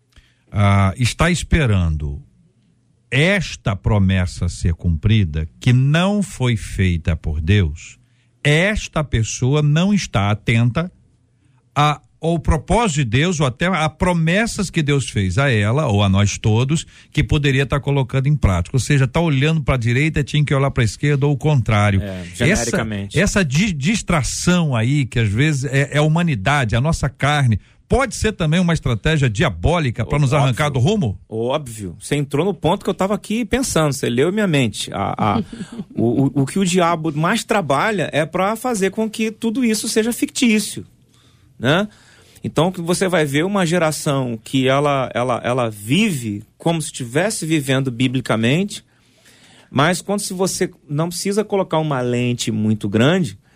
ah, está esperando esta promessa ser cumprida, que não foi feita por Deus, esta pessoa não está atenta a ou o propósito de Deus, ou até a promessas que Deus fez a ela, ou a nós todos, que poderia estar tá colocando em prática. Ou seja, está olhando para a direita, tinha que olhar para a esquerda, ou o contrário. É, genericamente. Essa, essa di, distração aí, que às vezes é, é a humanidade, a nossa carne, pode ser também uma estratégia diabólica para nos arrancar do rumo? Óbvio. Você entrou no ponto que eu estava aqui pensando, você leu minha mente. A, a, o, o, o que o diabo mais trabalha é para fazer com que tudo isso seja fictício, né? Então você vai ver uma geração que ela, ela, ela vive como se estivesse vivendo biblicamente, mas quando se você não precisa colocar uma lente muito grande,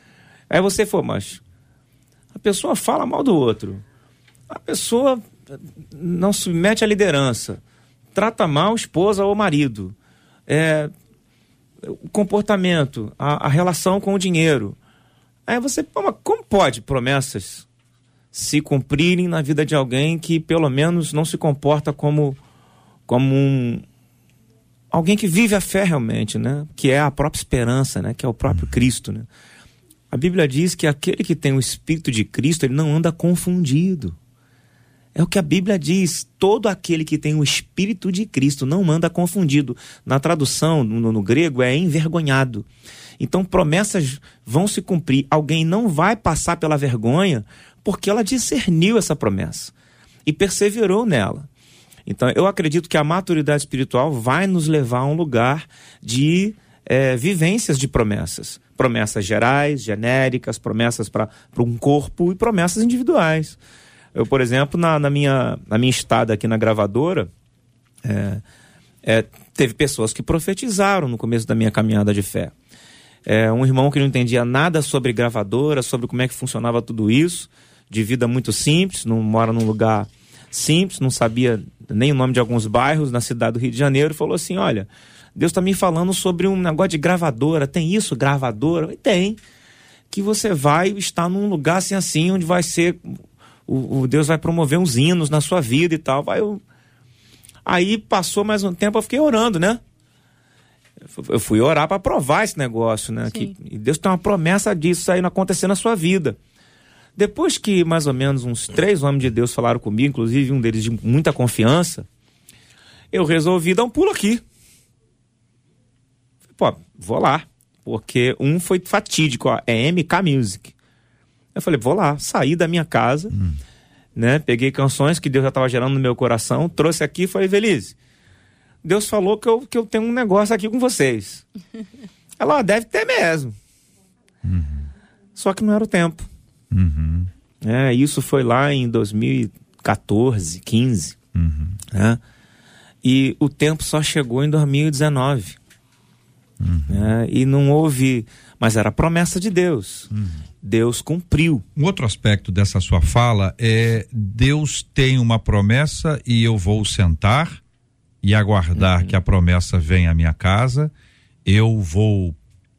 Aí você for, mas a pessoa fala mal do outro, a pessoa não submete à liderança, trata mal a esposa ou o marido, é, o comportamento, a, a relação com o dinheiro. Aí você, pô, mas como pode promessas se cumprirem na vida de alguém que pelo menos não se comporta como, como um, alguém que vive a fé realmente, né? Que é a própria esperança, né? Que é o próprio Cristo, né? A Bíblia diz que aquele que tem o Espírito de Cristo, ele não anda confundido. É o que a Bíblia diz, todo aquele que tem o Espírito de Cristo não anda confundido. Na tradução, no, no grego, é envergonhado. Então promessas vão se cumprir, alguém não vai passar pela vergonha porque ela discerniu essa promessa e perseverou nela. Então eu acredito que a maturidade espiritual vai nos levar a um lugar de é, vivências de promessas. Promessas gerais, genéricas, promessas para um corpo e promessas individuais. Eu, por exemplo, na, na, minha, na minha estada aqui na gravadora, é, é, teve pessoas que profetizaram no começo da minha caminhada de fé. É, um irmão que não entendia nada sobre gravadora, sobre como é que funcionava tudo isso, de vida muito simples, não mora num lugar simples, não sabia nem o nome de alguns bairros na cidade do Rio de Janeiro, falou assim, olha, Deus está me falando sobre um negócio de gravadora, tem isso, gravadora? Tem, que você vai estar num lugar assim, assim, onde vai ser, o, o Deus vai promover uns hinos na sua vida e tal. Vai, eu... Aí passou mais um tempo, eu fiquei orando, né? Eu fui orar para provar esse negócio, né? Que, e Deus tem uma promessa disso aí não acontecer na sua vida. Depois que mais ou menos uns três homens de Deus falaram comigo, inclusive um deles de muita confiança, eu resolvi dar um pulo aqui. Pô, vou lá. Porque um foi fatídico, ó, é M K Music. Eu falei, vou lá, saí da minha casa, hum. né? Peguei canções que Deus já estava gerando no meu coração, trouxe aqui e falei, Velize, Deus falou que eu, que eu tenho um negócio aqui com vocês. Ela, deve ter mesmo. Uhum. Só que não era o tempo. Uhum. É, isso foi lá em dois mil e quatorze, quinze. Uhum. Né? E o tempo só chegou em dois mil e dezenove. Uhum. É, e não houve... Mas era a promessa de Deus. Uhum. Deus cumpriu. Um outro aspecto dessa sua fala é Deus tem uma promessa e eu vou sentar e aguardar uhum. que a promessa venha à minha casa, eu vou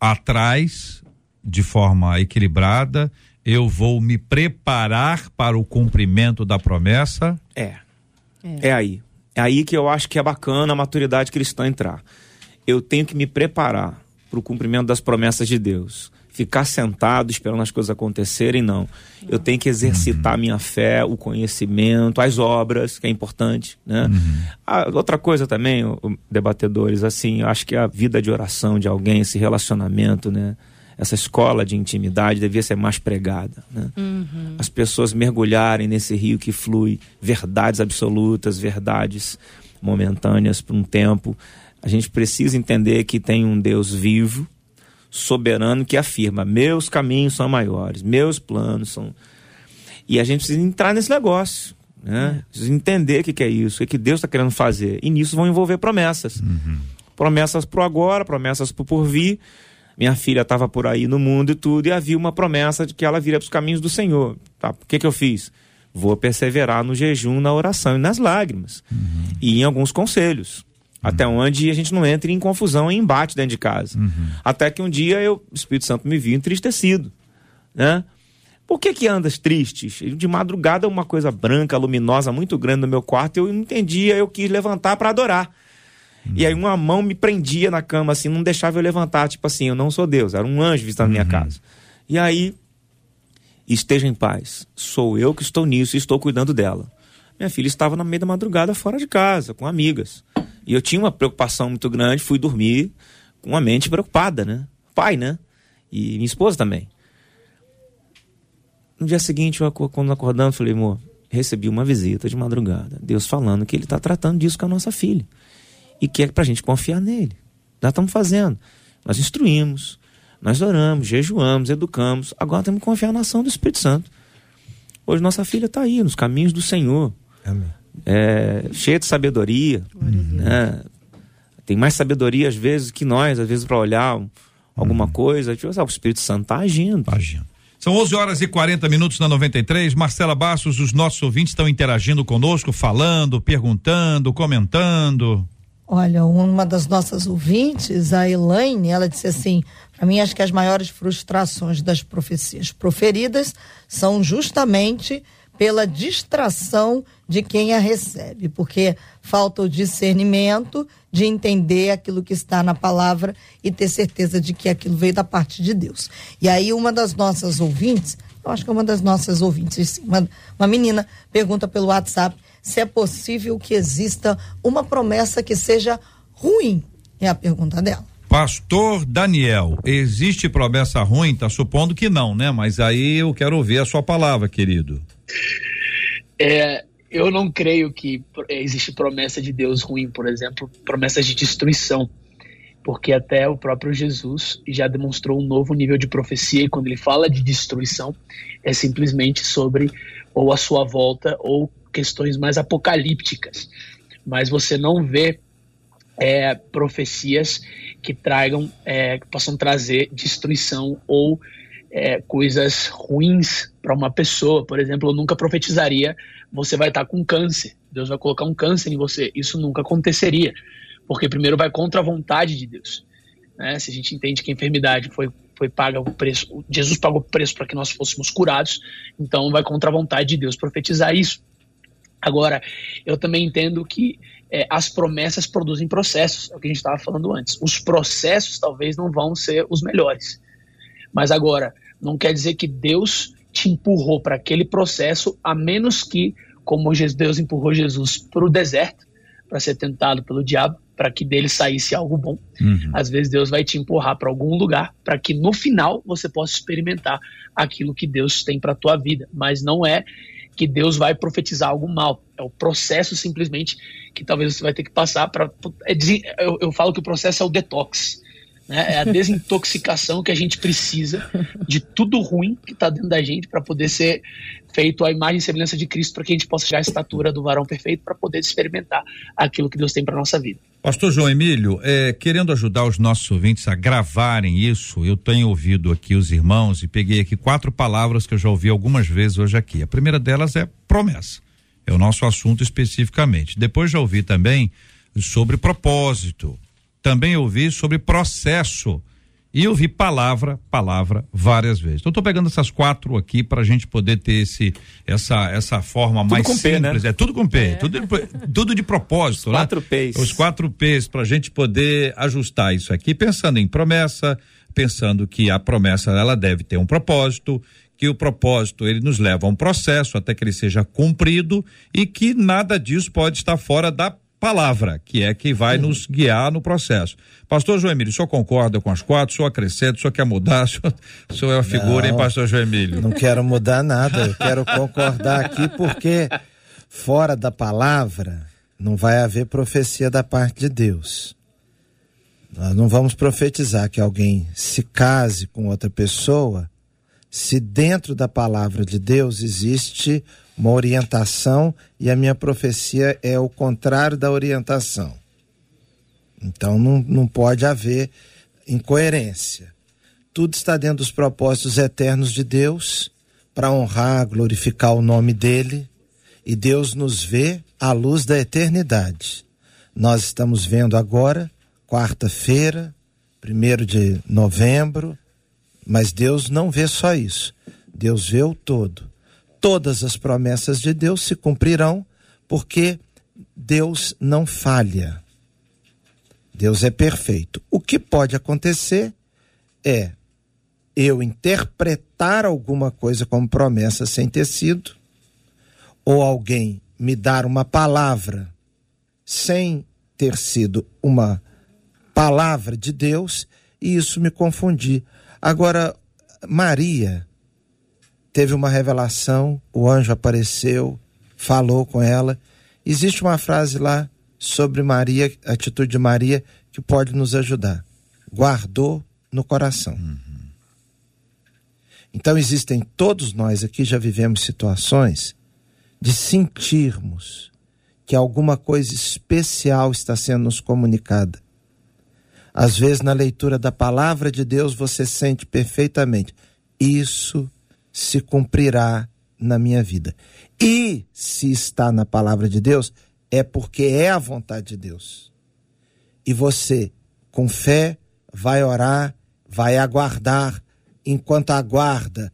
atrás de forma equilibrada, eu vou me preparar para o cumprimento da promessa. É, é, é aí. É aí que eu acho que é bacana a maturidade cristã entrar. Eu tenho que me preparar para o cumprimento das promessas de Deus. Ficar sentado esperando as coisas acontecerem, não. Eu tenho que exercitar a minha fé, o conhecimento, as obras, que é importante, né? Uhum. Ah, outra coisa também, debatedores, assim, eu acho que a vida de oração de alguém, esse relacionamento, né? Essa escola de intimidade devia ser mais pregada, né? Uhum. As pessoas mergulharem nesse rio que flui verdades absolutas, verdades momentâneas por um tempo. A gente precisa entender que tem um Deus vivo, soberano, que afirma, meus caminhos são maiores, meus planos são... E a gente precisa entrar nesse negócio, né? É. Precisa entender o que, que é isso, o que, que Deus está querendo fazer. E nisso vão envolver promessas. Uhum. Promessas pro agora, promessas pro porvir. Minha filha estava por aí no mundo e tudo, e havia uma promessa de que ela viria para os caminhos do Senhor. Tá? O que, que eu fiz? Vou perseverar no jejum, na oração e nas lágrimas. Uhum. E em alguns conselhos. Até onde a gente não entre em confusão e embate dentro de casa. Uhum. Até que um dia eu, o Espírito Santo me viu entristecido, né? Por que que andas tristes? De madrugada uma coisa branca, luminosa, muito grande no meu quarto, eu não entendia, eu quis levantar para adorar. Uhum. E aí uma mão me prendia na cama, assim, não deixava eu levantar, tipo assim, eu não sou Deus, era um anjo visitando uhum. minha casa. E aí, esteja em paz, sou eu que estou nisso e estou cuidando dela. Minha filha estava no meio da madrugada fora de casa, com amigas. E eu tinha uma preocupação muito grande, fui dormir com a mente preocupada, né? Pai, né? E minha esposa também. No dia seguinte, eu, quando acordando, falei, amor, recebi uma visita de madrugada. Deus falando que ele está tratando disso com a nossa filha. E que é pra gente confiar nele. Nós estamos fazendo. Nós instruímos, nós oramos, jejuamos, educamos. Agora temos que confiar na ação do Espírito Santo. Hoje nossa filha está aí, nos caminhos do Senhor. Amém. É, cheia de sabedoria, né? Tem mais sabedoria às vezes que nós, às vezes para olhar um, alguma uhum. coisa, tipo, sabe, o Espírito Santo está agindo. Tá agindo. São onze horas e quarenta minutos na noventa e três. Marcela Bastos, os nossos ouvintes estão interagindo conosco, falando, perguntando, comentando. Olha, uma das nossas ouvintes, a Elaine, ela disse assim: para mim, acho que as maiores frustrações das profecias proferidas são justamente pela distração de quem a recebe, porque falta o discernimento de entender aquilo que está na palavra e ter certeza de que aquilo veio da parte de Deus. E aí uma das nossas ouvintes, eu acho que é uma das nossas ouvintes, uma, uma menina, pergunta pelo WhatsApp se é possível que exista uma promessa que seja ruim, é a pergunta dela. Pastor Daniel, existe promessa ruim? Tá supondo que não, né? Mas aí eu quero ouvir a sua palavra, querido. É, eu não creio que existe promessa de Deus ruim, por exemplo, promessas de destruição, porque até o próprio Jesus já demonstrou um novo nível de profecia, e quando ele fala de destruição, é simplesmente sobre ou a sua volta ou questões mais apocalípticas, mas você não vê é, profecias que tragam, é, que possam trazer destruição ou é, coisas ruins para uma pessoa. Por exemplo, eu nunca profetizaria: você vai estar com câncer, Deus vai colocar um câncer em você. Isso nunca aconteceria, porque primeiro vai contra a vontade de Deus, né? Se a gente entende que a enfermidade foi, foi paga o preço, Jesus pagou o preço para que nós fôssemos curados, então vai contra a vontade de Deus profetizar isso. Agora, eu também entendo que é, as promessas produzem processos, é o que a gente estava falando antes. Os processos talvez não vão ser os melhores, mas agora, não quer dizer que Deus te empurrou para aquele processo, a menos que, como Deus empurrou Jesus para o deserto, para ser tentado pelo diabo, para que dele saísse algo bom. Uhum. Às vezes Deus vai te empurrar para algum lugar, para que no final você possa experimentar aquilo que Deus tem para a tua vida, mas não é que Deus vai profetizar algo mal, é o processo simplesmente que talvez você vai ter que passar para... É, eu, eu falo que o processo é o detox, né? É a desintoxicação que a gente precisa de tudo ruim que está dentro da gente para poder ser feito a imagem e semelhança de Cristo, para que a gente possa chegar à estatura do varão perfeito, para poder experimentar aquilo que Deus tem para nossa vida. Pastor João Emílio, é, querendo ajudar os nossos ouvintes a gravarem isso, eu tenho ouvido aqui os irmãos e peguei aqui quatro palavras que eu já ouvi algumas vezes hoje aqui. A primeira delas é promessa, é o nosso assunto especificamente. Depois já ouvi também sobre propósito, também ouvi sobre processo e eu vi palavra, palavra várias vezes. Então estou pegando essas quatro aqui para a gente poder ter esse, essa, essa forma tudo mais simples. P, né? É tudo com P, é. tudo, tudo de propósito. Os quatro né? P's. Os quatro P's para a gente poder ajustar isso aqui, pensando em promessa, pensando que a promessa ela deve ter um propósito, que o propósito ele nos leva a um processo até que ele seja cumprido e que nada disso pode estar fora da palavra, que é que vai uhum. nos guiar no processo. Pastor João Emílio, o senhor concorda com as quatro? O senhor acrescenta, o senhor quer mudar? O senhor, o senhor é a figura, não, hein, pastor João Emílio? Não quero mudar nada, eu quero concordar aqui porque fora da palavra não vai haver profecia da parte de Deus. Nós não vamos profetizar que alguém se case com outra pessoa se dentro da palavra de Deus existe uma orientação e a minha profecia é o contrário da orientação. Então não, não pode haver incoerência. Tudo está dentro dos propósitos eternos de Deus para honrar, glorificar o nome dele, e Deus nos vê à luz da eternidade. Nós estamos vendo agora, quarta-feira, primeiro de novembro, mas Deus não vê só isso. Deus vê o todo. Todas as promessas de Deus se cumprirão, porque Deus não falha. Deus é perfeito. O que pode acontecer é eu interpretar alguma coisa como promessa sem ter sido, ou alguém me dar uma palavra sem ter sido uma palavra de Deus, e isso me confundir. Agora, Maria teve uma revelação, o anjo apareceu, falou com ela. Existe uma frase lá sobre Maria, a atitude de Maria, que pode nos ajudar. Guardou no coração. Uhum. Então existem, todos nós aqui já vivemos situações de sentirmos que alguma coisa especial está sendo nos comunicada. Às vezes na leitura da palavra de Deus você sente perfeitamente, isso se cumprirá na minha vida. E se está na palavra de Deus, é porque é a vontade de Deus. E você, com fé, vai orar, vai aguardar. Enquanto aguarda,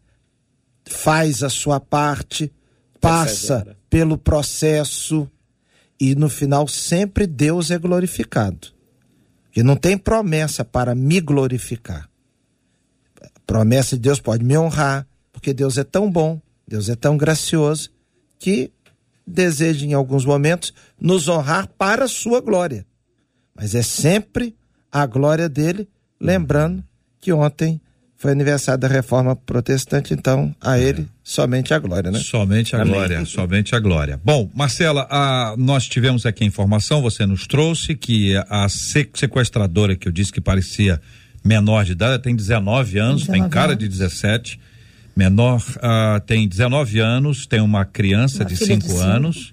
faz a sua parte, passa pelo processo e no final sempre Deus é glorificado. E não tem promessa para me glorificar. A promessa de Deus pode me honrar, porque Deus é tão bom, Deus é tão gracioso, que deseja em alguns momentos nos honrar para a sua glória. Mas é sempre a glória dele, lembrando que ontem foi aniversário da Reforma Protestante, então a ele somente a glória, né? Somente a Amém. glória, somente a glória. Bom, Marcela, a, nós tivemos aqui a informação, você nos trouxe que a sequestradora que eu disse que parecia menor de idade, tem dezenove anos, dezenove tem cara anos. de dezessete, menor, uh, tem dezenove anos, tem uma criança uma de cinco anos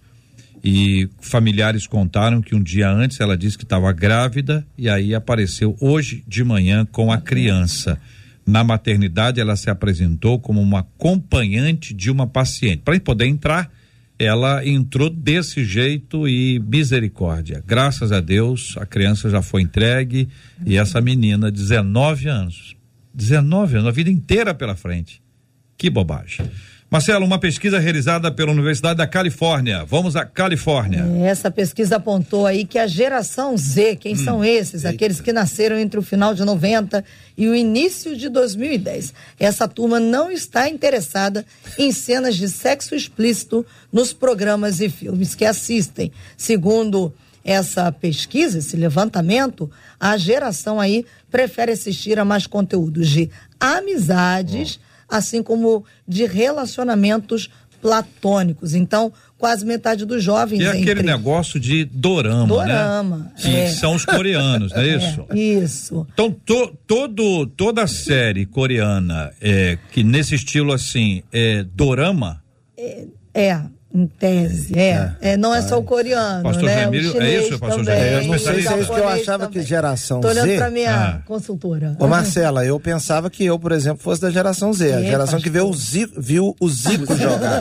e familiares contaram que um dia antes ela disse que estava grávida e aí apareceu hoje de manhã com a criança. Na maternidade, ela se apresentou como uma acompanhante de uma paciente. Para poder entrar, ela entrou desse jeito e misericórdia. Graças a Deus, a criança já foi entregue e essa menina, dezenove anos, dezenove anos, a vida inteira pela frente. Que bobagem. Marcelo, uma pesquisa realizada pela Universidade da Califórnia. Vamos à Califórnia. Essa pesquisa apontou aí que a geração Z, quem hum, são esses? Eita. Aqueles que nasceram entre o final de noventa e o início de dois mil e dez. Essa turma não está interessada em cenas de sexo explícito nos programas e filmes que assistem. Segundo essa pesquisa, esse levantamento, a geração aí prefere assistir a mais conteúdos de amizades, oh. assim como de relacionamentos platônicos. Então, quase metade dos jovens... E é aquele entre... negócio de dorama, dorama né? Que é. são os coreanos, não é isso? É, isso. Então, to, todo, toda a série coreana, é, que nesse estilo assim, é dorama? É, é. Em tese, é. é. é não é só o coreano, pastor né? Gemílio, o chinês é isso, pastor também, Gemílio? Eu não sei se é isso que eu achava também. Que geração Tô olhando Z... pra minha ah. consultora. Ô Marcela, eu pensava que eu, por exemplo, fosse da geração Z, é, a geração pastor. que viu o Zico, viu o Zico jogar.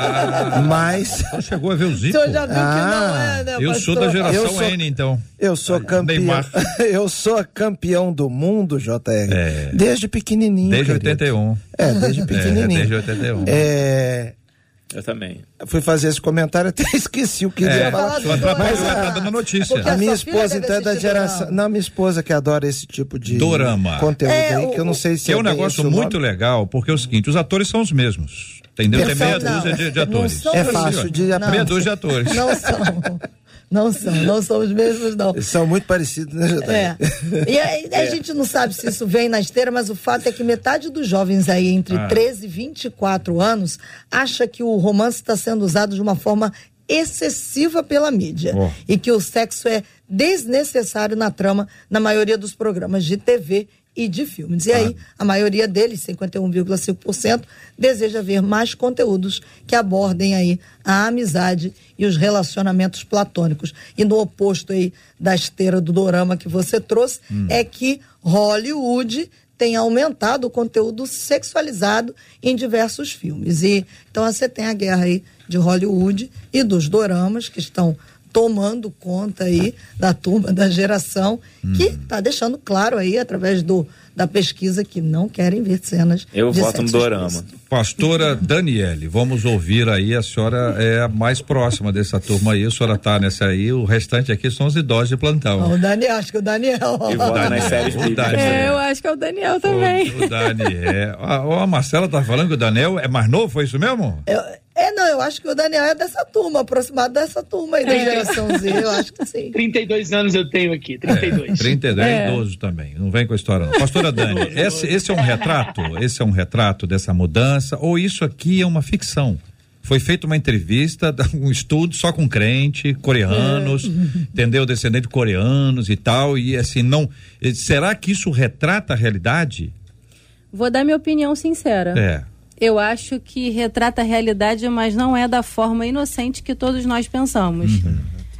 Ah. Mas... Então chegou a ver o Zico? O senhor já viu ah. que não é, né, Eu pastor? sou da geração sou, N, então. Eu sou campeão... eu sou campeão do mundo, J R, é. desde pequenininho. Desde querido. oitenta e um. É, desde pequenininho. É, desde oitenta e um. É... Eu também. Fui fazer esse comentário, até esqueci o que é, ia falar. Mas tá dando notícia. A minha esposa, então, é da geração... Não, minha esposa que adora esse tipo de dorama. Conteúdo é, aí, o, que eu não sei se que é um negócio muito legal, porque é o seguinte, os atores são os mesmos. Entendeu? Tem meia dúzia de, de atores. É fácil de aprender. Meia dúzia de atores. Não são. Não são, não são os mesmos, não. Eles são muito parecidos, né, J R? É. E aí, a é. gente não sabe se isso vem na esteira, mas o fato é que metade dos jovens aí, entre ah. treze e vinte e quatro anos, acha que o romance está sendo usado de uma forma excessiva pela mídia. Oh. E que o sexo é desnecessário na trama, na maioria dos programas de T V e de filmes. E ah. aí, a maioria deles, cinquenta e um vírgula cinco por cento, deseja ver mais conteúdos que abordem aí a amizade e os relacionamentos platônicos. E no oposto aí da esteira do dorama que você trouxe, hum. é que Hollywood tem aumentado o conteúdo sexualizado em diversos filmes. E então você tem a guerra aí de Hollywood e dos doramas que estão tomando conta aí da turma da geração, hum. que está deixando claro aí, através do, da pesquisa, que não querem ver cenas Eu de voto no dorama. Explícito. Pastora Daniele, vamos ouvir aí, a senhora é a mais próxima dessa turma aí, a senhora tá nessa aí, o restante aqui são os idosos de plantão. Oh, o Daniel, acho que o Daniel. E vota nas séries bíblicas. É, eu acho que é o Daniel também. O, o Daniel. A, a Marcela tá falando que o Daniel é mais novo, foi isso mesmo? Eu, É, não, eu acho que o Daniel é dessa turma, aproximado dessa turma aí da é. geração Z, eu acho que sim. trinta e dois anos eu tenho aqui, trinta e dois. É, trinta e dois, é idoso também, não vem com a história não. Pastora Dani, esse, esse é um retrato, esse é um retrato dessa mudança, ou isso aqui é uma ficção? Foi feita uma entrevista, um estudo só com crente, coreanos, é. entendeu? Descendentes coreanos e tal, e assim, não, será que isso retrata a realidade? Vou dar minha opinião sincera. É. Eu acho que retrata a realidade, mas não é da forma inocente que todos nós pensamos. Uhum.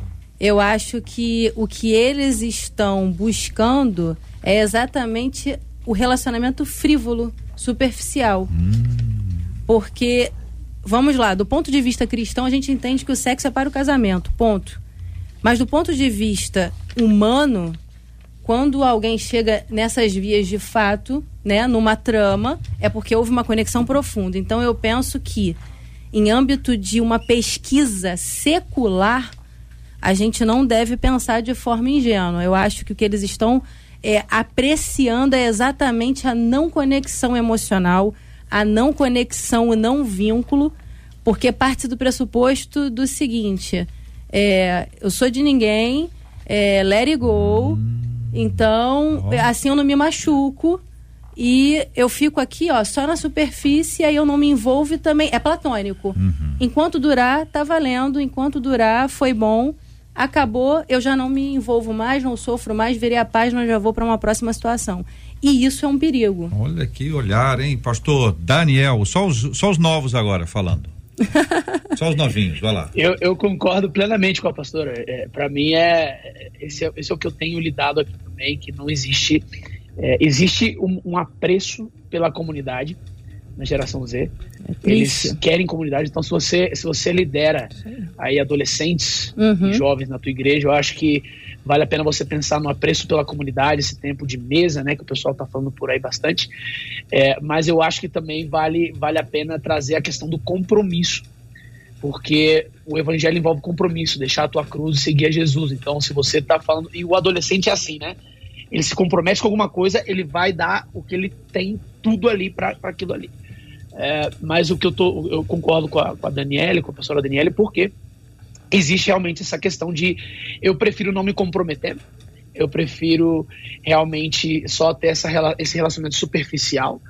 Eu acho que o que eles estão buscando é exatamente o relacionamento frívolo, superficial. Uhum. Porque, vamos lá, do ponto de vista cristão, a gente entende que o sexo é para o casamento, ponto. Mas do ponto de vista humano, quando alguém chega nessas vias de fato, né, numa trama, é porque houve uma conexão profunda. Então eu penso que, em âmbito de uma pesquisa secular, a gente não deve pensar de forma ingênua. Eu acho que o que eles estão é, apreciando é exatamente a não conexão emocional, a não conexão e não vínculo, porque parte do pressuposto do seguinte, é, eu sou de ninguém, é, let it go, então oh. assim eu não me machuco e eu fico aqui, ó, só na superfície, aí eu não me envolvo e também, é platônico. Uhum. Enquanto durar, tá valendo, enquanto durar, foi bom, acabou, eu já não me envolvo mais, não sofro mais, virei a página, já vou para uma próxima situação. E isso é um perigo. Olha que olhar, hein, pastor Daniel, só os, só os novos agora falando. Só os novinhos, vai lá. Eu, eu concordo plenamente com a pastora. É, para mim, é esse, é esse é o que eu tenho lidado aqui também, que não existe... É, existe um, um apreço pela comunidade na geração Z. É Eles querem comunidade. Então, se você, se você lidera aí adolescentes uhum. e jovens na tua igreja, eu acho que vale a pena você pensar no apreço pela comunidade, esse tempo de mesa, né, que o pessoal está falando por aí bastante. É, mas eu acho que também vale, vale a pena trazer a questão do compromisso, porque o evangelho envolve compromisso, deixar a tua cruz e seguir a Jesus. Então, se você está falando... E o adolescente é assim, né? Ele se compromete com alguma coisa, ele vai dar o que ele tem tudo ali para aquilo ali. É, mas o que eu tô, eu concordo com a, com a Daniele, com a professora Daniele, porque existe realmente essa questão de eu prefiro não me comprometer, eu prefiro realmente só ter essa, esse relacionamento superficial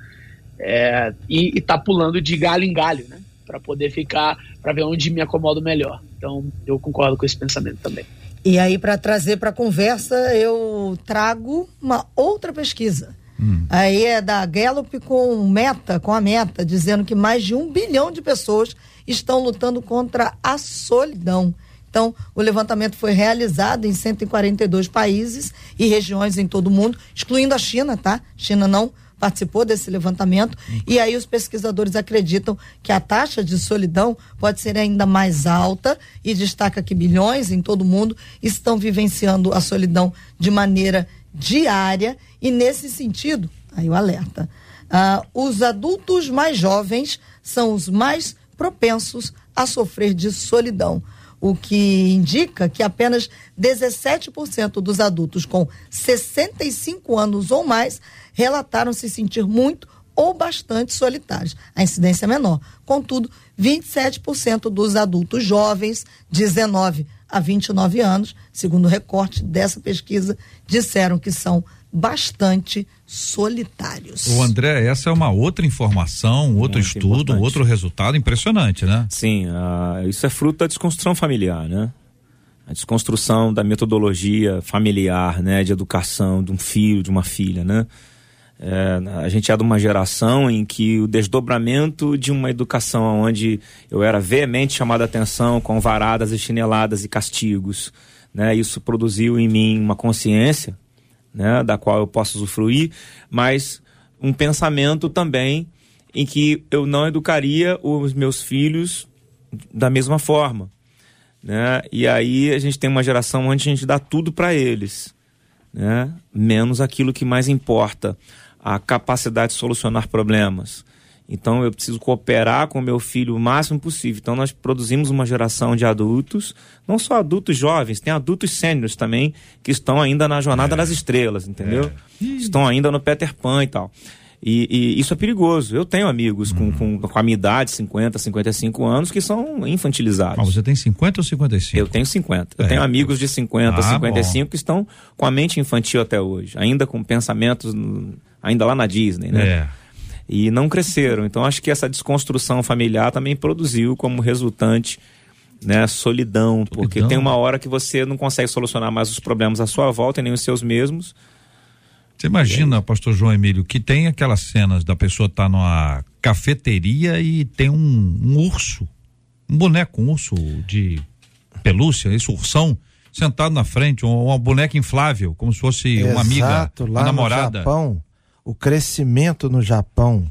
é, e, e tá pulando de galho em galho, né? Para poder ficar, para ver onde me acomodo melhor. Então eu concordo com esse pensamento também. E aí, para trazer para a conversa, eu trago uma outra pesquisa. Hum. Aí é da Gallup com Meta, com a Meta, dizendo que mais de um bilhão de pessoas estão lutando contra a solidão. Então, o levantamento foi realizado em cento e quarenta e dois países e regiões em todo o mundo, excluindo a China, tá? China não participou desse levantamento, hum. e aí os pesquisadores acreditam que a taxa de solidão pode ser ainda mais alta e destaca que bilhões em todo o mundo estão vivenciando a solidão de maneira diária e nesse sentido, aí o alerta, uh, os adultos mais jovens são os mais propensos a sofrer de solidão, o que indica que apenas dezessete por cento dos adultos com sessenta e cinco anos ou mais relataram se sentir muito ou bastante solitários. A incidência é menor. Contudo, vinte e sete por cento dos adultos jovens, dezenove a vinte e nove anos, segundo o recorte dessa pesquisa, disseram que são bastante solitários. O André, essa é uma outra informação, outro Muito estudo, importante. Outro resultado impressionante, né? Sim, uh, isso é fruto da desconstrução familiar, né? A desconstrução da metodologia familiar, né? De educação de um filho, de uma filha, né? É, a gente é de uma geração em que o desdobramento de uma educação onde eu era veemente chamado a atenção com varadas e chineladas e castigos, né? Isso produziu em mim uma consciência, né? Da qual eu posso usufruir, mas um pensamento também em que eu não educaria os meus filhos da mesma forma, né? E aí a gente tem uma geração onde a gente dá tudo para eles, né? Menos aquilo que mais importa, a capacidade de solucionar problemas. Então eu preciso cooperar com o meu filho o máximo possível. Então nós produzimos uma geração de adultos, não só adultos jovens, tem adultos sêniores também, que estão ainda na jornada é. das estrelas, entendeu? É. Estão ainda no Peter Pan e tal. E, e isso é perigoso. Eu tenho amigos hum. com, com, com a minha idade, cinquenta, cinquenta e cinco anos, que são infantilizados. Ah, você tem cinquenta ou cinquenta e cinco? Eu tenho cinquenta. Eu é. tenho amigos de cinquenta, ah, cinquenta e cinco bom. Que estão com a mente infantil até hoje, ainda com pensamentos, ainda lá na Disney, né? É. E não cresceram. Então acho que essa desconstrução familiar também produziu como resultante, né, solidão, solidão, porque tem uma hora que você não consegue solucionar mais os problemas à sua volta e nem os seus mesmos. Você imagina, pastor João Emílio, que tem aquelas cenas da pessoa estar tá numa cafeteria e tem um, um urso, um boneco, um urso de pelúcia, esse ursão, sentado na frente, uma, uma boneca inflável, como se fosse Exato, uma amiga, lá uma namorada. No Japão, o crescimento no Japão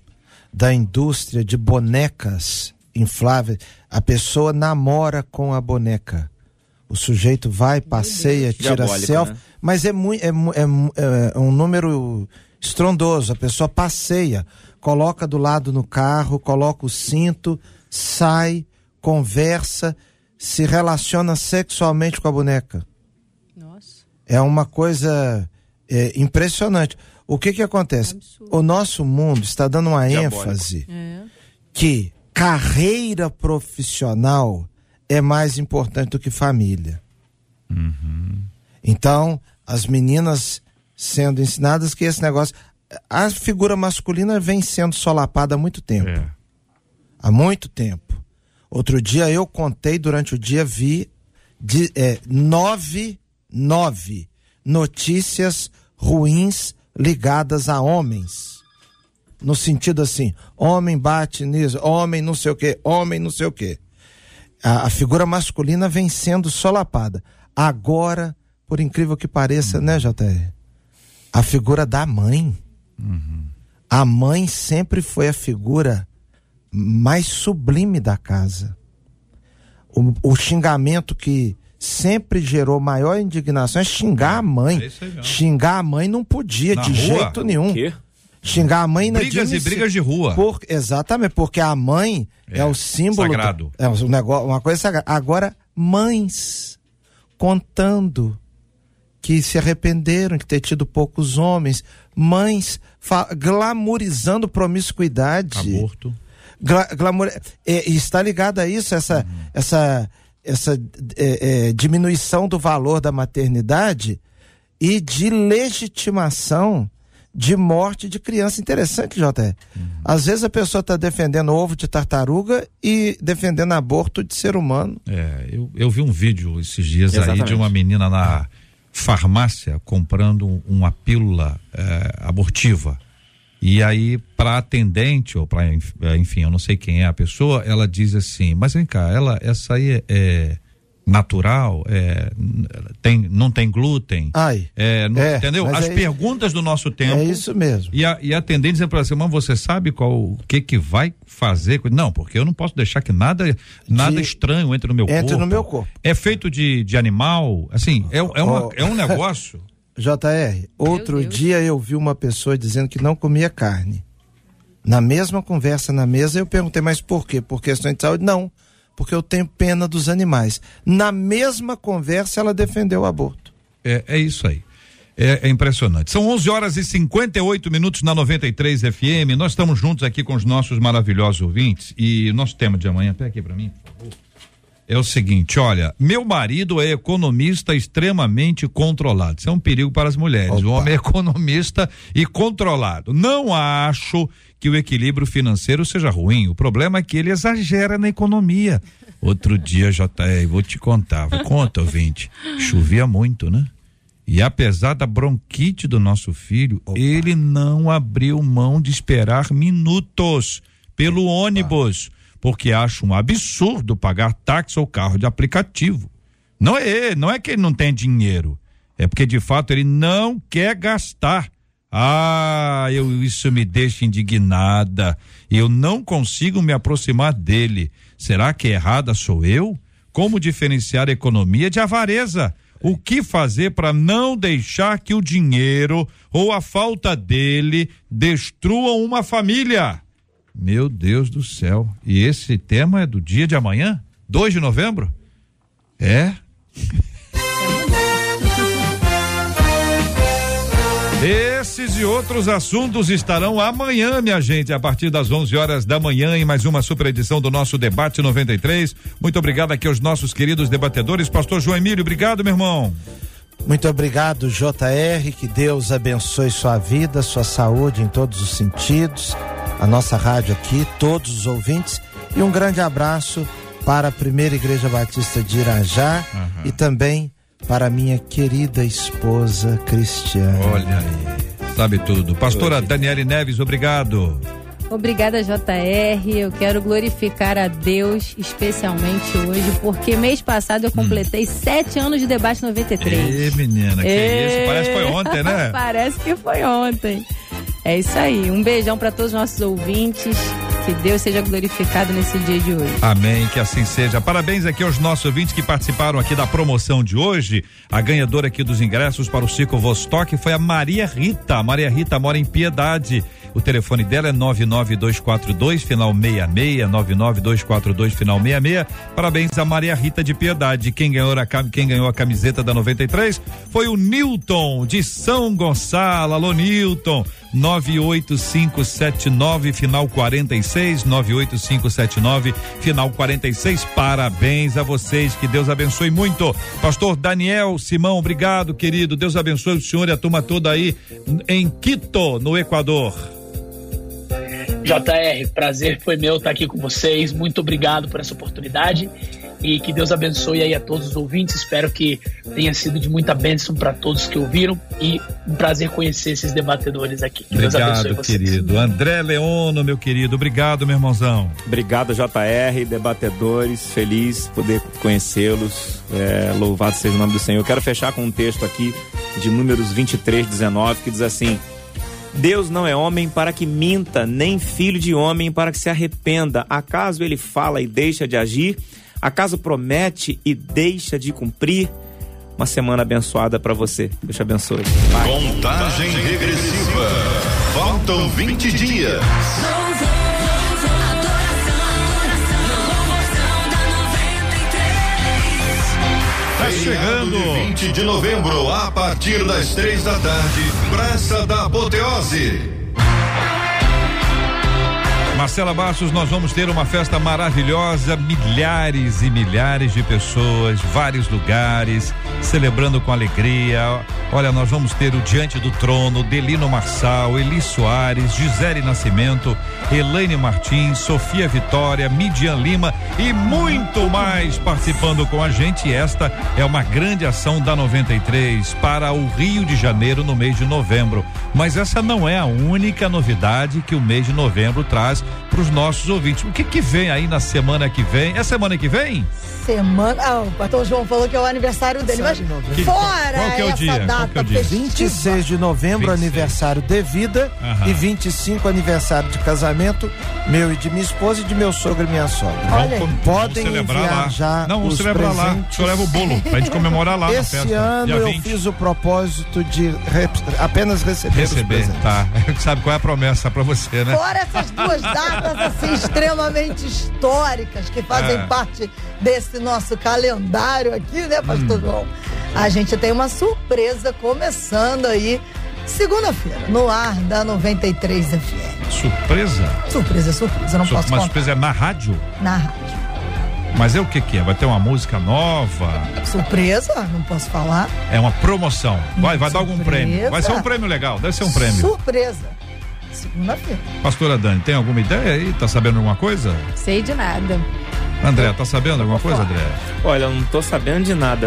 da indústria de bonecas infláveis. A pessoa namora com a boneca. O sujeito vai, passeia, tira Diabólico, selfie, né? Mas é, muito, é, é, é um número estrondoso. A pessoa passeia, coloca do lado no carro, coloca o cinto, sai, conversa, se relaciona sexualmente com a boneca. Nossa. É uma coisa é, impressionante. O que que acontece? Absurdo. O nosso mundo está dando uma Diabólico. ênfase é. que carreira profissional é mais importante do que família. Uhum. Então, as meninas sendo ensinadas que esse negócio... A figura masculina vem sendo solapada há muito tempo. É. Há muito tempo. Outro dia eu contei, durante o dia vi de, é, nove, nove notícias ruins ligadas a homens. No sentido assim, homem bate nisso, homem não sei o quê, homem não sei o quê. A, a figura masculina vem sendo solapada. Agora, por incrível que pareça, uhum. né, J R? A figura da mãe. Uhum. A mãe sempre foi a figura mais sublime da casa. O, o xingamento que sempre gerou maior indignação é xingar a mãe. É xingar a mãe não podia Na de rua? jeito nenhum. O quê? Xingar a mãe... Brigas e brigas de rua. Por, exatamente, porque a mãe é, é o símbolo... Sagrado. Do, é um negócio, uma coisa sagrada. Agora, mães contando que se arrependeram de ter tido poucos homens, mães glamorizando promiscuidade. Aborto. Gla, glamour, é, está ligado a isso, essa, uhum. essa, essa é, é, diminuição do valor da maternidade e de legitimação de morte de criança. Interessante, J R. Uhum. Às vezes a pessoa está defendendo ovo de tartaruga e defendendo aborto de ser humano. É, eu, eu vi um vídeo esses dias Exatamente. aí de uma menina na farmácia comprando uma pílula é, abortiva. E aí, para atendente, ou para, enfim, eu não sei quem é a pessoa, ela diz assim, mas vem cá, ela, essa aí é, é natural, é, tem, não tem glúten, Ai, é, não, é, entendeu? As é, perguntas do nosso tempo. É isso mesmo. E a, e a atendente dizendo para você, mas você sabe qual, o que que vai fazer? Não, porque eu não posso deixar que nada, nada de, estranho entre no meu entre corpo. Entre no meu corpo. É feito de, de animal, assim, é, é, uma, oh. é um negócio... J R, outro dia eu vi uma pessoa dizendo que não comia carne. Na mesma conversa na mesa eu perguntei, mas por quê? Por questão de saúde? Não, porque eu tenho pena dos animais. Na mesma conversa ela defendeu o aborto. É, é isso aí. É, é impressionante. São onze horas e cinquenta e oito minutos na noventa e três F M. Nós estamos juntos aqui com os nossos maravilhosos ouvintes e o nosso tema de amanhã, pega aqui para mim, por favor. É o seguinte, olha, meu marido é economista extremamente controlado. Isso é um perigo para as mulheres. Opa. O homem é economista e controlado. Não acho que o equilíbrio financeiro seja ruim. O problema é que ele exagera na economia. Outro dia, J R, vou te contar. Conta, ouvinte. Chovia muito, né? E apesar da bronquite do nosso filho, Opa. ele não abriu mão de esperar minutos pelo Opa. ônibus. Porque acha um absurdo pagar táxi ou carro de aplicativo. Não é ele, não é que ele não tem dinheiro, é porque de fato ele não quer gastar. Ah, eu, isso me deixa indignada, eu não consigo me aproximar dele. Será que errada sou eu? Como diferenciar a economia de avareza? O que fazer para não deixar que o dinheiro ou a falta dele destruam uma família? Meu Deus do céu. E esse tema é do dia de amanhã? dois de novembro? É? Esses e outros assuntos estarão amanhã, minha gente, a partir das onze horas da manhã, em mais uma super edição do nosso Debate noventa e três. Muito obrigado aqui aos nossos queridos debatedores. Pastor João Emílio, obrigado, meu irmão. Muito obrigado, J R, que Deus abençoe sua vida, sua saúde em todos os sentidos, a nossa rádio aqui, todos os ouvintes, e um grande abraço para a Primeira Igreja Batista de Irajá uhum. e também para a minha querida esposa Cristiane. Olha aí, sabe tudo. Pastora Oi. Daniele Neves, obrigado. Obrigada, J R. Eu quero glorificar a Deus, especialmente hoje, porque mês passado eu completei hum. sete anos de Debate noventa e três. Ê, menina, que Ê... isso? Parece que foi ontem, né? Parece que foi ontem. É isso aí. Um beijão para todos os nossos ouvintes. Que Deus seja glorificado nesse dia de hoje. Amém, que assim seja. Parabéns aqui aos nossos ouvintes que participaram aqui da promoção de hoje. A ganhadora aqui dos ingressos para o Ciclo Vostok foi a Maria Rita. A Maria Rita mora em Piedade. O telefone dela é nove nove dois quatro dois, final sessenta e seis, nove nove dois quatro dois, final sessenta e seis. Parabéns a Maria Rita de Piedade. Quem ganhou a, quem ganhou a camiseta da noventa e três foi o Newton de São Gonçalo. Alô, Newton. nove oito cinco sete nove, final quarenta e seis, nove oito cinco sete nove, final quarenta e seis. Parabéns a vocês, que Deus abençoe muito. Pastor Daniel Simão, obrigado, querido. Deus abençoe o senhor e a turma toda aí em Quito, no Equador. J R, prazer foi meu estar aqui com vocês. Muito obrigado por essa oportunidade e que Deus abençoe aí a todos os ouvintes. Espero que tenha sido de muita bênção para todos que ouviram e um prazer conhecer esses debatedores aqui. Que obrigado, Deus abençoe vocês. Querido. André Leono, meu querido, obrigado, meu irmãozão. Obrigado, J R, debatedores, feliz poder conhecê-los, é, louvado seja o nome do Senhor. Eu quero fechar com um texto aqui de Números vinte e três, dezenove, que diz assim: Deus não é homem para que minta, nem filho de homem para que se arrependa. Acaso ele fala e deixa de agir? Acaso promete e deixa de cumprir? Uma semana abençoada para você. Deus te abençoe. Vai. Contagem regressiva. Faltam vinte dias. Tá chegando. vinte de novembro, a partir das três da tarde, Praça da Apoteose. Marcela Bastos, nós vamos ter uma festa maravilhosa, milhares e milhares de pessoas, vários lugares, celebrando com alegria. Olha, nós vamos ter o Diante do Trono, Delino Marçal, Eli Soares, Gisele Nascimento, Elaine Martins, Sofia Vitória, Midian Lima e muito mais participando com a gente. E esta é uma grande ação da noventa e três para o Rio de Janeiro no mês de novembro. Mas essa não é a única novidade que o mês de novembro traz para os nossos ouvintes. O que que vem aí na semana que vem? É semana que vem? Semana. Ah, o pastor João falou que é o aniversário dele, mas que, fora qual que é o essa dia? data que é o dia? vinte e seis de novembro, vinte e seis. Aniversário de vida. Aham. E vinte e cinco, aniversário de casamento, meu e de minha esposa e de meu sogro e minha sogra. Olha, vamos, podem vamos celebrar enviar lá. já Não, vamos os celebrar presentes. lá. O senhor leva o bolo pra gente comemorar lá. Esse na festa. ano eu vinte. fiz o propósito de rep, apenas receber, receber os presentes. Tá. Sabe qual é a promessa pra você, né? Fora essas duas datas assim extremamente históricas que fazem é. parte desse nosso calendário aqui, né, pastor hum. João? A gente tem uma surpresa começando aí segunda-feira, no ar da noventa e três F M. Surpresa? Surpresa, surpresa, não Sur- posso Mas contar. surpresa é na rádio? Na rádio. Mas é o que que é? Vai ter uma música nova? Surpresa, não posso falar. É uma promoção. Vai, vai Surpresa. dar algum prêmio. Vai ser um prêmio legal, deve ser um prêmio. Surpresa. Segunda-feira. Pastora Dani, tem alguma ideia aí? Tá sabendo alguma coisa? Sei de nada. André, tá sabendo alguma coisa, André? Olha, eu não tô sabendo de nada.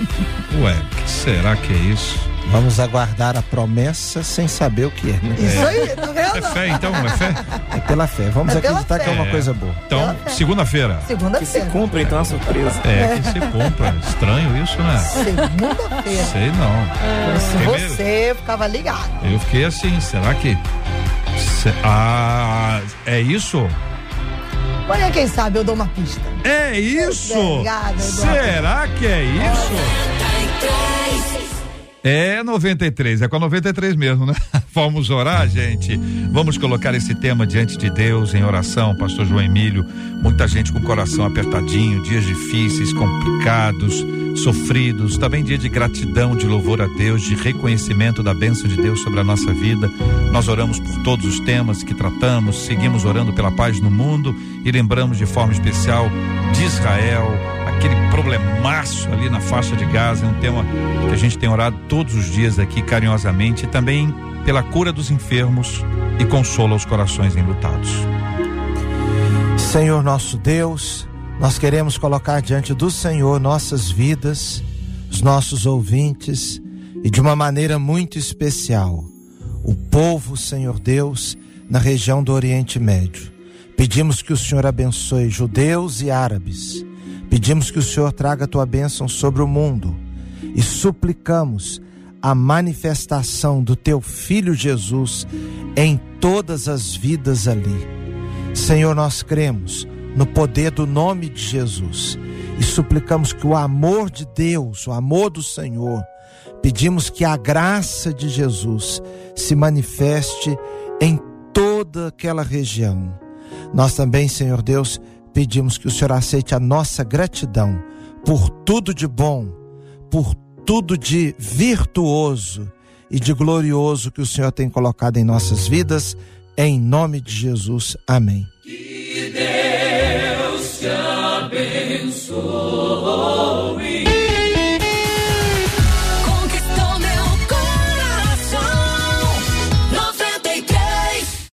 Ué, o que será que é isso? Vamos aguardar a promessa sem saber o que é, né? Isso aí, tá vendo? É fé, então? É fé? É pela fé. Vamos É pela acreditar fé. que é uma É. coisa boa. Então, segunda-feira. Que se Segunda-feira. cumpre, então, a surpresa. É, que você compra. Estranho isso, né? Segunda-feira. Sei não. Se Primeiro, você ficava ligado. eu fiquei assim, será que... Se- Ah, é isso? Olha, quem sabe eu dou uma pista. É isso? Obrigada, Eduardo. Será que é isso? É noventa e três, é com a noventa e três mesmo, né? Vamos orar, gente. Vamos colocar esse tema diante de Deus em oração, pastor João Emílio. Muita gente com o coração apertadinho, dias difíceis, complicados, sofridos. Também dia de gratidão, de louvor a Deus, de reconhecimento da bênção de Deus sobre a nossa vida. Nós oramos por todos os temas que tratamos, seguimos orando pela paz no mundo e lembramos de forma especial de Israel, aquele problemaço ali na faixa de Gaza. É um tema que a gente tem orado todos os dias aqui carinhosamente, e também pela cura dos enfermos e consola os corações enlutados. Senhor nosso Deus, nós queremos colocar diante do Senhor nossas vidas, os nossos ouvintes e de uma maneira muito especial o povo, Senhor Deus, na região do Oriente Médio. Pedimos que o Senhor abençoe judeus e árabes. Pedimos que o Senhor traga a tua bênção sobre o mundo e suplicamos a manifestação do teu Filho Jesus em todas as vidas ali. Senhor, nós cremos no poder do nome de Jesus e suplicamos que o amor de Deus, o amor do Senhor, pedimos que a graça de Jesus se manifeste em toda aquela região. Nós também, Senhor Deus, pedimos que o Senhor aceite a nossa gratidão por tudo de bom, por tudo de virtuoso e de glorioso que o Senhor tem colocado em nossas vidas, em nome de Jesus. Amém. Que Deus te abençoe.